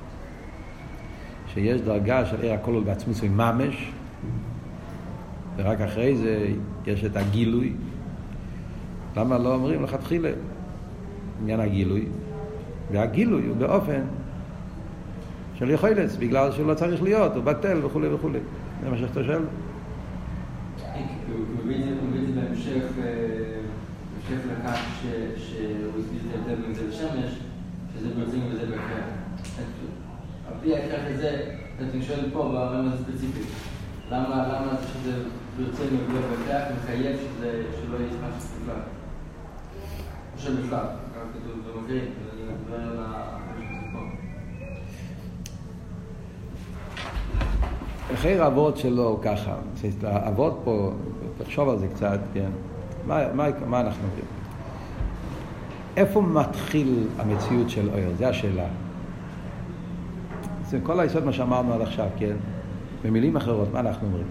שיש דרגה של עיר הכולל בעצמוס וממש, ורק אחרי זה יש את הגילוי. למה לא אומרים לכתחילה עניין הגילוי? והגילוי הוא באופן של יכולס, בגלל שהוא לא צריך להיות, הוא בטל וכו' וכו'. זה מה שאתה שואל? הוא מביא את זה בהמשך המשך לכך שהוא הסביר את ההבדל בין זה לשמש, שזה ברצים וזה בכך. על פי הכך הזה, אתה שואל פה ברמה הספציפית, למה זה שזה ברצים וזה בכך מחייב שלא יהיה משהו בכלל? או שבכלל, ככה כתוב במקרים, אני מדבר על המשך פה. אחרי אבות שלו ככה, אבות פה, תחשוב על זה קצת, כן? מה, מה, מה אנחנו אומרים? איפה מתחיל המציאות של אור? זו השאלה. זה כל היסוד מה שאמרנו עד עכשיו, כן? במילים אחרות, מה אנחנו אומרים?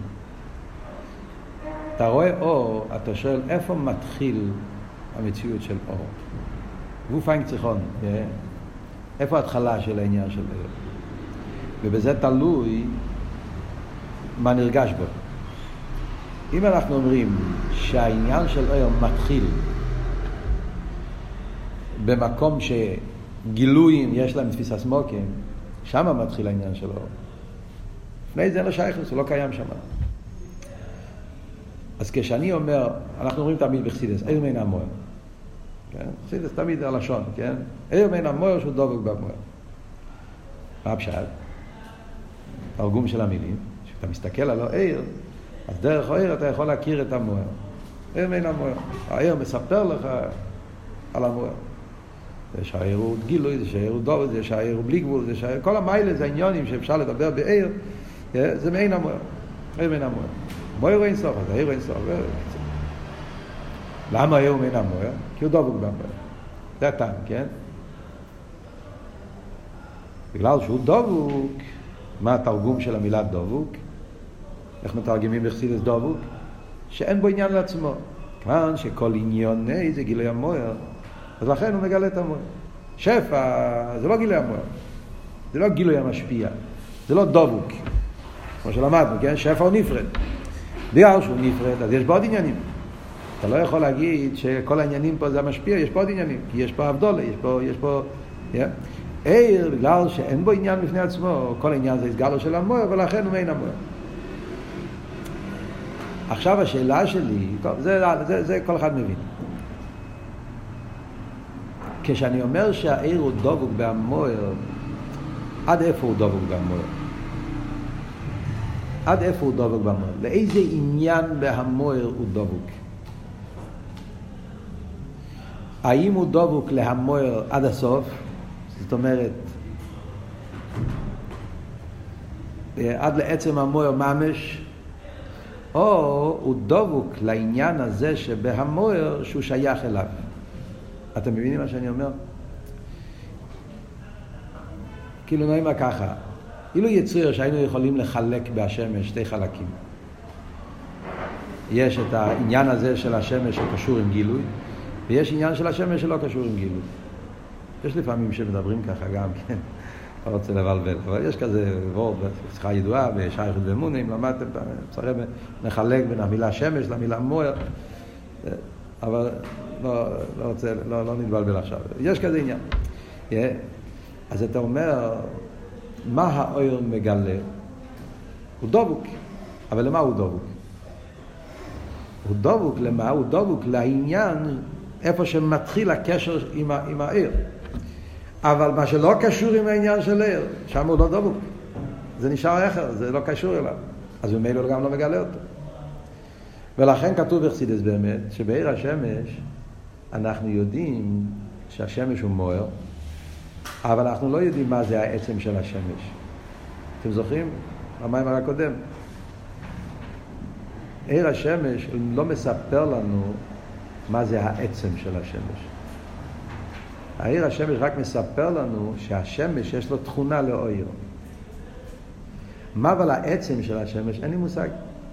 אתה רואה אור, אתה שואל איפה מתחיל המציאות של אור? והוא פיינג צריכון, כן? איפה ההתחלה של העניין של אור? ובזה תלוי מה נרגש בו. אם אנחנו אומרים שהעניין של אור מתחיל במקום שגילויים יש להם תפיסה סמוקים, שם מתחיל העניין של אור. לפני זה אין לו שייכות, הוא לא קיים שם. אז כשאני אומר, אנחנו אומרים תמיד בחסידס, אור מן המויר. כן? חסידס תמיד הלשון, כן? אור מן המויר שהוא דבוק במויר. מה הפשט? תרגום של המילים, כשאתה מסתכל על האור, אז דרך האור אתה יכול להכיר את המויר. אור מן המויר. האור מספר לך על המויר. זה שהאור הוא גילוי, זה שהאור הוא דוב, זה שהאור הוא בלי גבול, זה שהאור... כל המיילה זה העניונים שאפשר לדבר באור, זה מעין המויר. אור מן המויר. מויר הוא אין סוף, אז האור הוא אין סוף. למה האור הוא מעין המויר? כי הוא דבוק במויר. זה הטעם, כן? בגלל שהוא דבוק, מה התרגום של המילה דבוק? איך מתרגמים בחסידס דבוק? שאין בו עניין לעצמו. כיוון שכל עניון זה גילוי המויר, אז לכן הוא מגלה את המויר. שפע זה לא גילוי המויר, זה לא גילוי המשפיע, זה לא דבוק. כמו שלמדנו, כן? שפע הוא נפרד. בגלל שהוא נפרד, אז יש בו עוד עניינים. אתה לא יכול להגיד שכל העניינים פה זה המשפיע, יש פה עוד עניינים, כי יש פה הבדולה, יש פה... יש פה yeah. עיר, בגלל שאין בו עניין בפני עצמו, כל העניין זה הסגלו של המויר, ולכן הוא מעין המויר. עכשיו השאלה שלי, טוב, זה, זה, זה כל אחד מבין. כשאני אומר שהעיר הוא דבוק במויר, עד איפה הוא דבוק במויר? עד איפה הוא דבוק במויר? לאיזה עניין בהמויר הוא דבוק? האם הוא דבוק להמויר עד הסוף? זאת אומרת, עד לעצם המויר ממש, או הוא דבוק לעניין הזה שבהמוער שהוא שייך אליו. אתם מבינים מה שאני אומר? כאילו נאמר ככה, אילו יצויר שהיינו יכולים לחלק בהשמש שתי חלקים. יש את העניין הזה של השמש שקשור עם גילוי, ויש עניין של השמש שלא קשור עם גילוי. יש לפעמים שמדברים ככה גם, כן, לא רוצה לבלבל, אבל יש כזה וורד, שיחה ידועה בשייכות ואמונה, אם למדתם, צריך לחלק בין המילה שמש למילה מוער, אבל לא, לא רוצה, לא, לא נתבלבל עכשיו. יש כזה עניין. אז אתה אומר, מה האור מגלה? הוא דבוק, אבל למה הוא דבוק? הוא דבוק למה? הוא דבוק לעניין איפה שמתחיל הקשר עם, ה, עם העיר. אבל מה שלא קשור עם העניין של העיר, שם הוא לא דבוק. זה נשאר אחר, זה לא קשור אליו. אז במילא גם לא מגלה אותו. ולכן כתוב בחסידות באמת, שבעיר השמש אנחנו יודעים שהשמש הוא מואר, אבל אנחנו לא יודעים מה זה העצם של השמש. אתם זוכרים? המאמר הקודם. עיר השמש לא מספר לנו מה זה העצם של השמש. העיר השמש רק מספר לנו שהשמש יש לו תכונה לאויר. מה אבל העצם של השמש? אין לי מושג.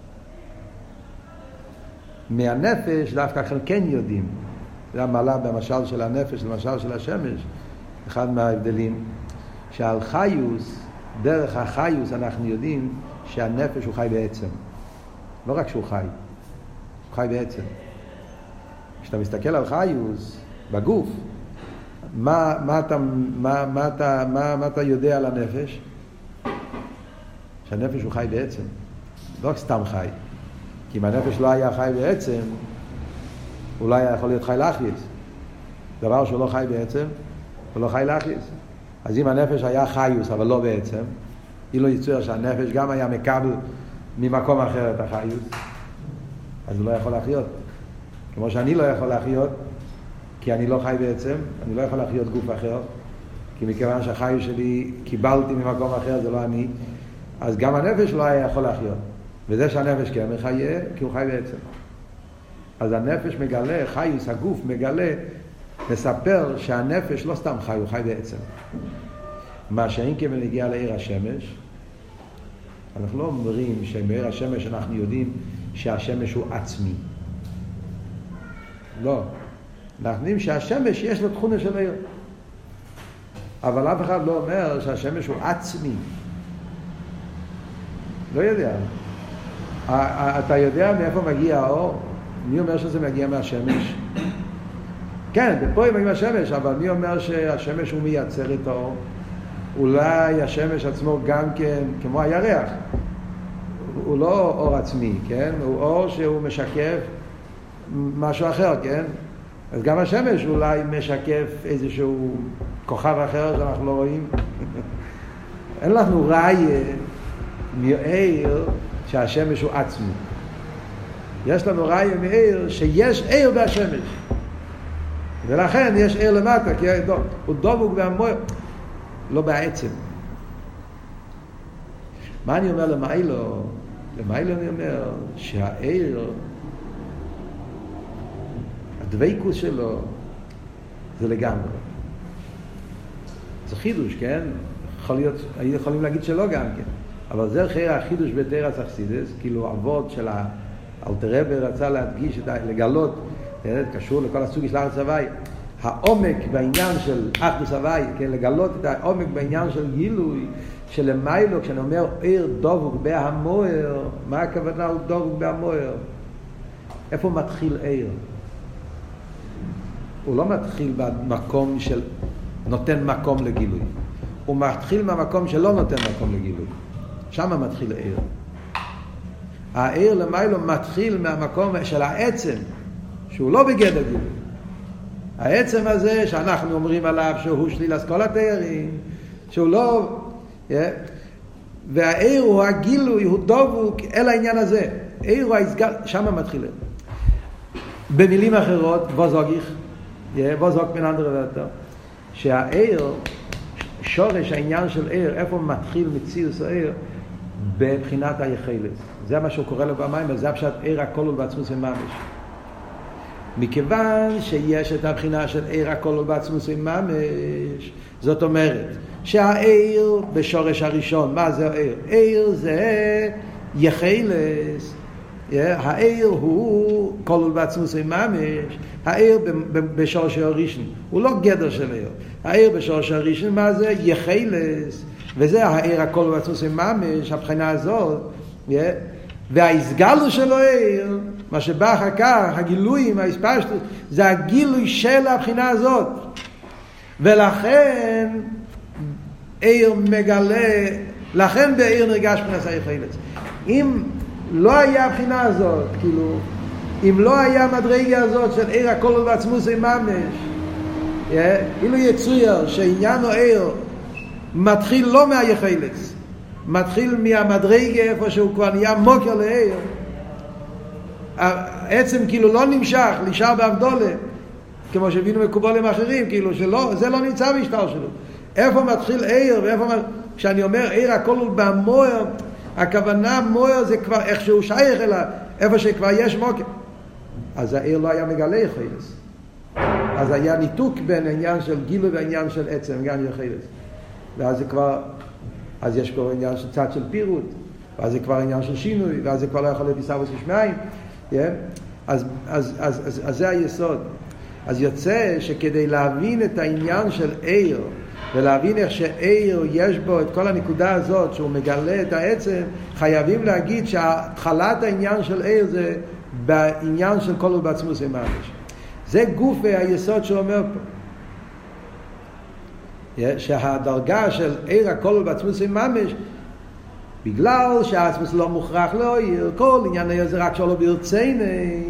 מהנפש דווקא כן יודעים. זה המעלה במשל של הנפש, למשל של השמש. אחד מההבדלים, שעל חיוס, דרך החיוס אנחנו יודעים שהנפש הוא חי בעצם. לא רק שהוא חי, הוא חי בעצם. כשאתה מסתכל על חיוס בגוף, מה, מה, אתה, מה, מה, אתה, מה, מה אתה יודע על הנפש? שהנפש הוא חי בעצם. לא רק סתם חי. כי אם הנפש לא היה חי בעצם, אולי היה יכול להיות חי להחייס. דבר שהוא לא חי בעצם, הוא לא חי להחייס. אז אם הנפש היה חיוס, אבל לא בעצם, היא לא יצויר שהנפש גם היה מקבל ממקום אחר את החיוס, אז הוא לא יכול להחיות. כמו שאני לא יכול להחיות, כי אני לא חי בעצם, אני לא יכול להחיות גוף אחר, כי מכיוון שהחיוס שלי קיבלתי ממקום אחר, זה לא אני, אז גם הנפש לא היה יכול להחיות. וזה שהנפש כן מחיה, כי הוא חי בעצם. אז הנפש מגלה, חיוס, הגוף מגלה, מספר שהנפש לא סתם חי, הוא חי בעצם. מה שאין כמובן הגיע לעיר השמש, אנחנו לא אומרים שבעיר השמש אנחנו יודעים שהשמש הוא עצמי. לא. אנחנו יודעים שהשמש יש לו תכונה של עיר. אבל אף אחד לא אומר שהשמש הוא עצמי. לא יודע. אתה יודע מאיפה מגיע האור? מי אומר שזה מגיע מהשמש? כן, פה מגיע מהשמש, אבל מי אומר שהשמש הוא מייצר את האור? אולי השמש עצמו גם כן, כמו הירח, הוא לא אור עצמי, כן? הוא אור שהוא משקף משהו אחר, כן? אז גם השמש אולי משקף איזשהו כוכב אחר שאנחנו לא רואים. אין לנו ראיה מעיר שהשמש הוא עצמי. יש לנו ראיה מעיר שיש עיר בהשמש. ולכן יש עיר למטה, כי הוא דבוק בהמוער. לא בעצם. מה אני אומר למיילו? למיילו אני אומר שהעיר, הדבקות שלו, זה לגמרי. זה חידוש, כן? יכול להיות, יכולים להגיד שלא גם כן. אבל זה חייר החידוש בתרס אכסידס, כאילו אבות של האלתר רבי רצה להדגיש, לגלות, קשור לכל הסוג של הארץ הוואי. העומק בעניין של אחדוס הוואי, כן, לגלות את העומק בעניין של גילוי, שלמיילו, כשאני אומר עיר דבוק בהמוער, מה הכוונה הוא דבוק בהמוער? איפה מתחיל עיר? הוא לא מתחיל במקום של נותן מקום לגילוי. הוא מתחיל מהמקום שלא נותן מקום לגילוי. שם מתחיל עיר. העיר למיילו מתחיל מהמקום של העצם, שהוא לא בגדר גילוי. העצם הזה שאנחנו אומרים עליו שהוא שליל כל התארים, שהוא לא, yeah, והעיר הוא הגילוי, הוא דבוק אל העניין הזה. עיר הוא ההסגר, שם מתחיל. במילים אחרות, בוזוגיך, בוזוג מן אנדר ואתה, שהעיר, שורש העניין של עיר, איפה מתחיל מציאוס העיר, בבחינת היחילס. זה מה שהוא קורא לו במים, זה הפשט עיר הכולל בעצמוס ממש. מכיוון שיש את הבחינה של עיר הכולל בעצמוס ממש, זאת אומרת שהעיר בשורש הראשון, מה זה העיר? עיר זה יחילס. העיר הוא כולל בעצמוס ממש. העיר בשורש הראשון הוא לא גדר של עיר. העיר בשורש הראשון, מה זה? יחילס. וזה העיר הכולל בעצמוס ממש, הבחינה הזאת. וההסגלו שלו עיר, מה שבא אחר כך, הגילויים, ההספשטות, זה הגילוי של הבחינה הזאת. ולכן עיר מגלה, לכן בעיר נרגש פנס היחילס. אם לא היה הבחינה הזאת, כאילו, אם לא היה המדרגה הזאת של עיר הכולל בעצמוס ממש, אילו יצויר שעניין העיר מתחיל לא מהיחילס, מתחיל מהמדרגה איפה שהוא כבר נהיה מוקר לעיר, העצם כאילו לא נמשך, נשאר בהבדולה, כמו שהבינו מקובלים אחרים, כאילו שלא, זה לא נמצא בהשתר שלו. איפה מתחיל עיר, ואיפה, כשאני אומר עיר הכולל במויר, הכוונה מויר זה כבר איך שהוא שייך אליו, איפה שכבר יש מוקר. אז העיר לא היה מגלה יחילס. אז היה ניתוק בין העניין של גילוי והעניין של עצם, גם יחילס. ואז זה כבר, אז יש כבר עניין של צד של פירוט, ואז זה כבר עניין של שינוי, ואז זה כבר לא יכול להיות עיסאוויס ושמיים. Yeah? אז, אז, אז, אז, אז זה היסוד. אז יוצא שכדי להבין את העניין של עיר, ולהבין איך שעיר יש בו את כל הנקודה הזאת שהוא מגלה את העצם, חייבים להגיד שהתחלת העניין של עיר זה בעניין של כולל בעצמוס ממש. זה גוף היסוד שאומר פה. שהדרגה של עיר הכולל בעצמוס ממש, בגלל שהעצמוס לא מוכרח לא עיר, כל עניין העיר זה רק שלא ברציני.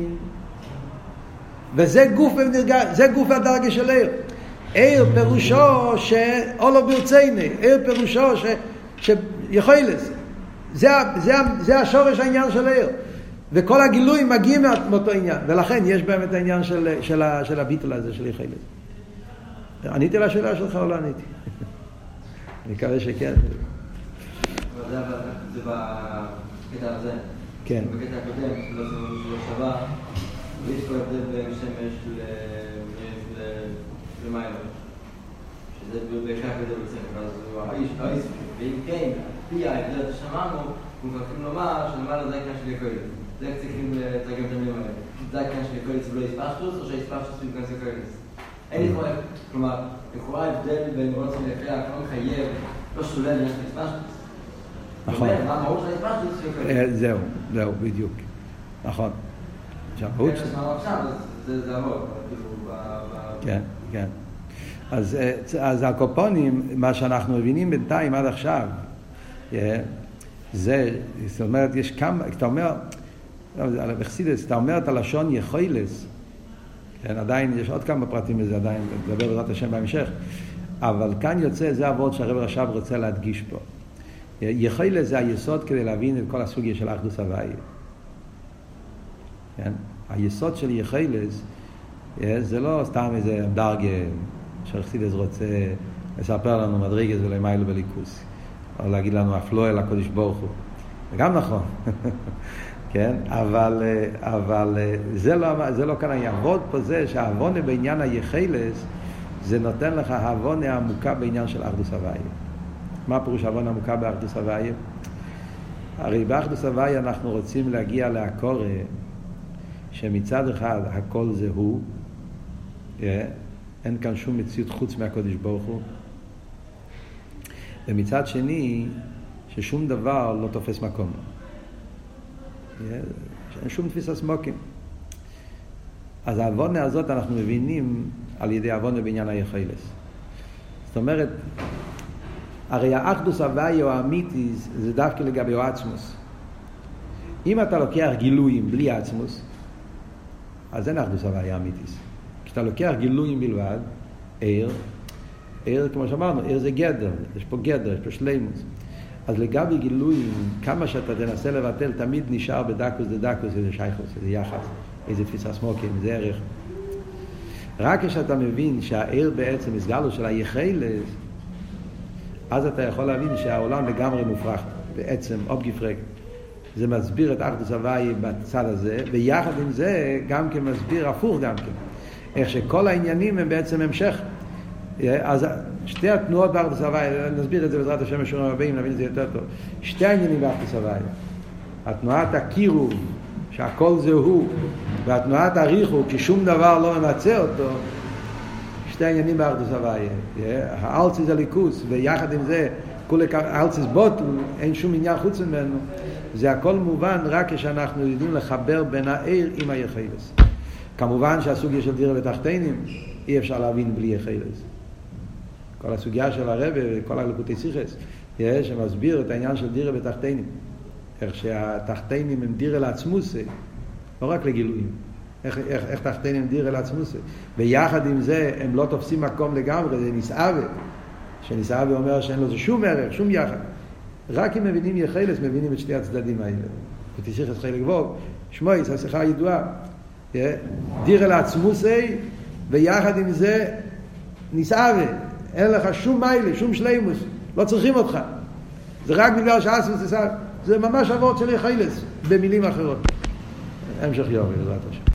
וזה גוף, זה גוף הדרגה של עיר. עיר פירושו שאולו ברציני, עיר פירושו שיכולס. זה, זה, זה השורש העניין של עיר. וכל הגילויים מגיעים מאותו עניין. ולכן יש באמת העניין של, של, של הביטול הזה, של יחילס. עניתי לשאלה שלך או לא עניתי? אני מקווה שכן. אבל זה בקטע הזה. כן. בקטע הקודם, לא שווה, ויש פה הבדל בין שמש למים. שזה בעיקר כזה בצמח. אז הוא האיש, האיש, ואם כן, פי ההבדל ששמענו, אנחנו מוכרחים לומר שלמעלה זה העניין של יחילס. זה צריכים לתרגם את המילים האלה. זה העניין של יחילס ולא יספשטוס, או שהיספשטוס הוא ייכנס יחילס. אין לי חולק, כלומר, לכאורה הבדל בין רוצים להכריע, לא מחייב, לא שולל עניין של יספשטוס. נכון. מה המהות של היספשטוס? זהו, זהו, בדיוק. נכון. שהמהות של... זה המהות, כן, כן. אז הקופונים, מה שאנחנו מבינים בינתיים עד עכשיו, זה, זאת אומרת, יש כמה, אתה אומר, בחסידות, אתה אומר את הלשון יחילס, כן, עדיין יש עוד כמה פרטים בזה, עדיין נדבר בעזרת השם בהמשך, אבל כאן יוצא, זה העבוד שהרב רש"ב רוצה להדגיש פה. יחילס זה היסוד כדי להבין את כל הסוגיה של האחדוס הוויה. כן? היסוד של יחילס זה לא סתם איזה דרגה שחסידס רוצה לספר לנו מדרגס ולמיילו בליכוס, או להגיד לנו אפלו אל הקודש ברוך הוא. זה גם נכון. כן? אבל, אבל זה לא, זה לא כאן היעבוד פה, זה שהעוונה בעניין היחילס זה נותן לך העוונה עמוקה בעניין של אחדוס הוויה. מה פירוש העוונה עמוקה באחדוס הוויה? הרי באחדוס הוויה אנחנו רוצים להגיע להקורא שמצד אחד הכל זה הוא, אין כאן שום מציאות חוץ מהקודש ברוך הוא, ומצד שני ששום דבר לא תופס מקום, אין שום תפיסה סמוקים. אז העוונה הזאת אנחנו מבינים על ידי העוונה בעניין היחילס. זאת אומרת, הרי האחדוס הוויה או האמיתיס זה דווקא לגבי העצמוס. אם אתה לוקח גילויים בלי עצמוס, אז אין אחדוס הוויה אמיתיס. כשאתה לוקח גילויים בלבד, עיר, עיר כמו שאמרנו, עיר זה גדר, יש פה גדר, יש פה שלימוס. אז לגבי גילויים, כמה שאתה תנסה לבטל, תמיד נשאר בדקוס דדקוס, איזה שייכוס, איזה יחס, איזה תפיסה סמוקים, איזה ערך. רק כשאתה מבין שהעיר בעצם הסגלו של היחילס, אז אתה יכול להבין שהעולם לגמרי מופרך. בעצם, אוב גפרק. זה מסביר את אחדוס הוואי בצד הזה, ויחד עם זה גם כן מסביר הפוך גם כן. איך שכל העניינים הם בעצם המשך. אז שתי התנועות באחדוס הוואי, נסביר את זה בעזרת השם בשיעורים הבאים, נבין את זה יותר טוב. שתי העניינים באחדוס הוואי. התנועת הקירוב, שהכל זה הוא, והתנועת הריחו, כי שום דבר לא ממצא אותו, שתי העניינים באחדוס הוואי. האלציס הליכוס, ויחד עם זה, האלציס בוטל, אין שום עניין חוץ ממנו. זה הכל מובן רק כשאנחנו יודעים לחבר בין העיר עם היחילס. כמובן שהסוגיה של דירה ותחתינים אי אפשר להבין בלי יחילס. כל הסוגיה של הרב וכל הליקוטי שיחס שמסביר את העניין של דירה ותחתינים. איך שהתחתינים הם דירה לעצמוס, לא רק לגילויים. איך, איך, איך תחתינים דירה לעצמוס. ביחד עם זה הם לא תופסים מקום לגמרי, זה נסעבה. שנסעבה אומר שאין לו זה שום ערך, שום יחד. רק אם מבינים יחילס, מבינים את שתי הצדדים האלה. ותשיחס חלק בו, שמועס, השיחה הידועה. דירה לעצמוסי, ויחד עם זה נסעבה. אין לך שום מיילה, שום שלימוס. לא צריכים אותך. זה רק בגלל שעשו זה ממש עבוד של יחילס, במילים אחרות. המשך יום, בעזרת השם.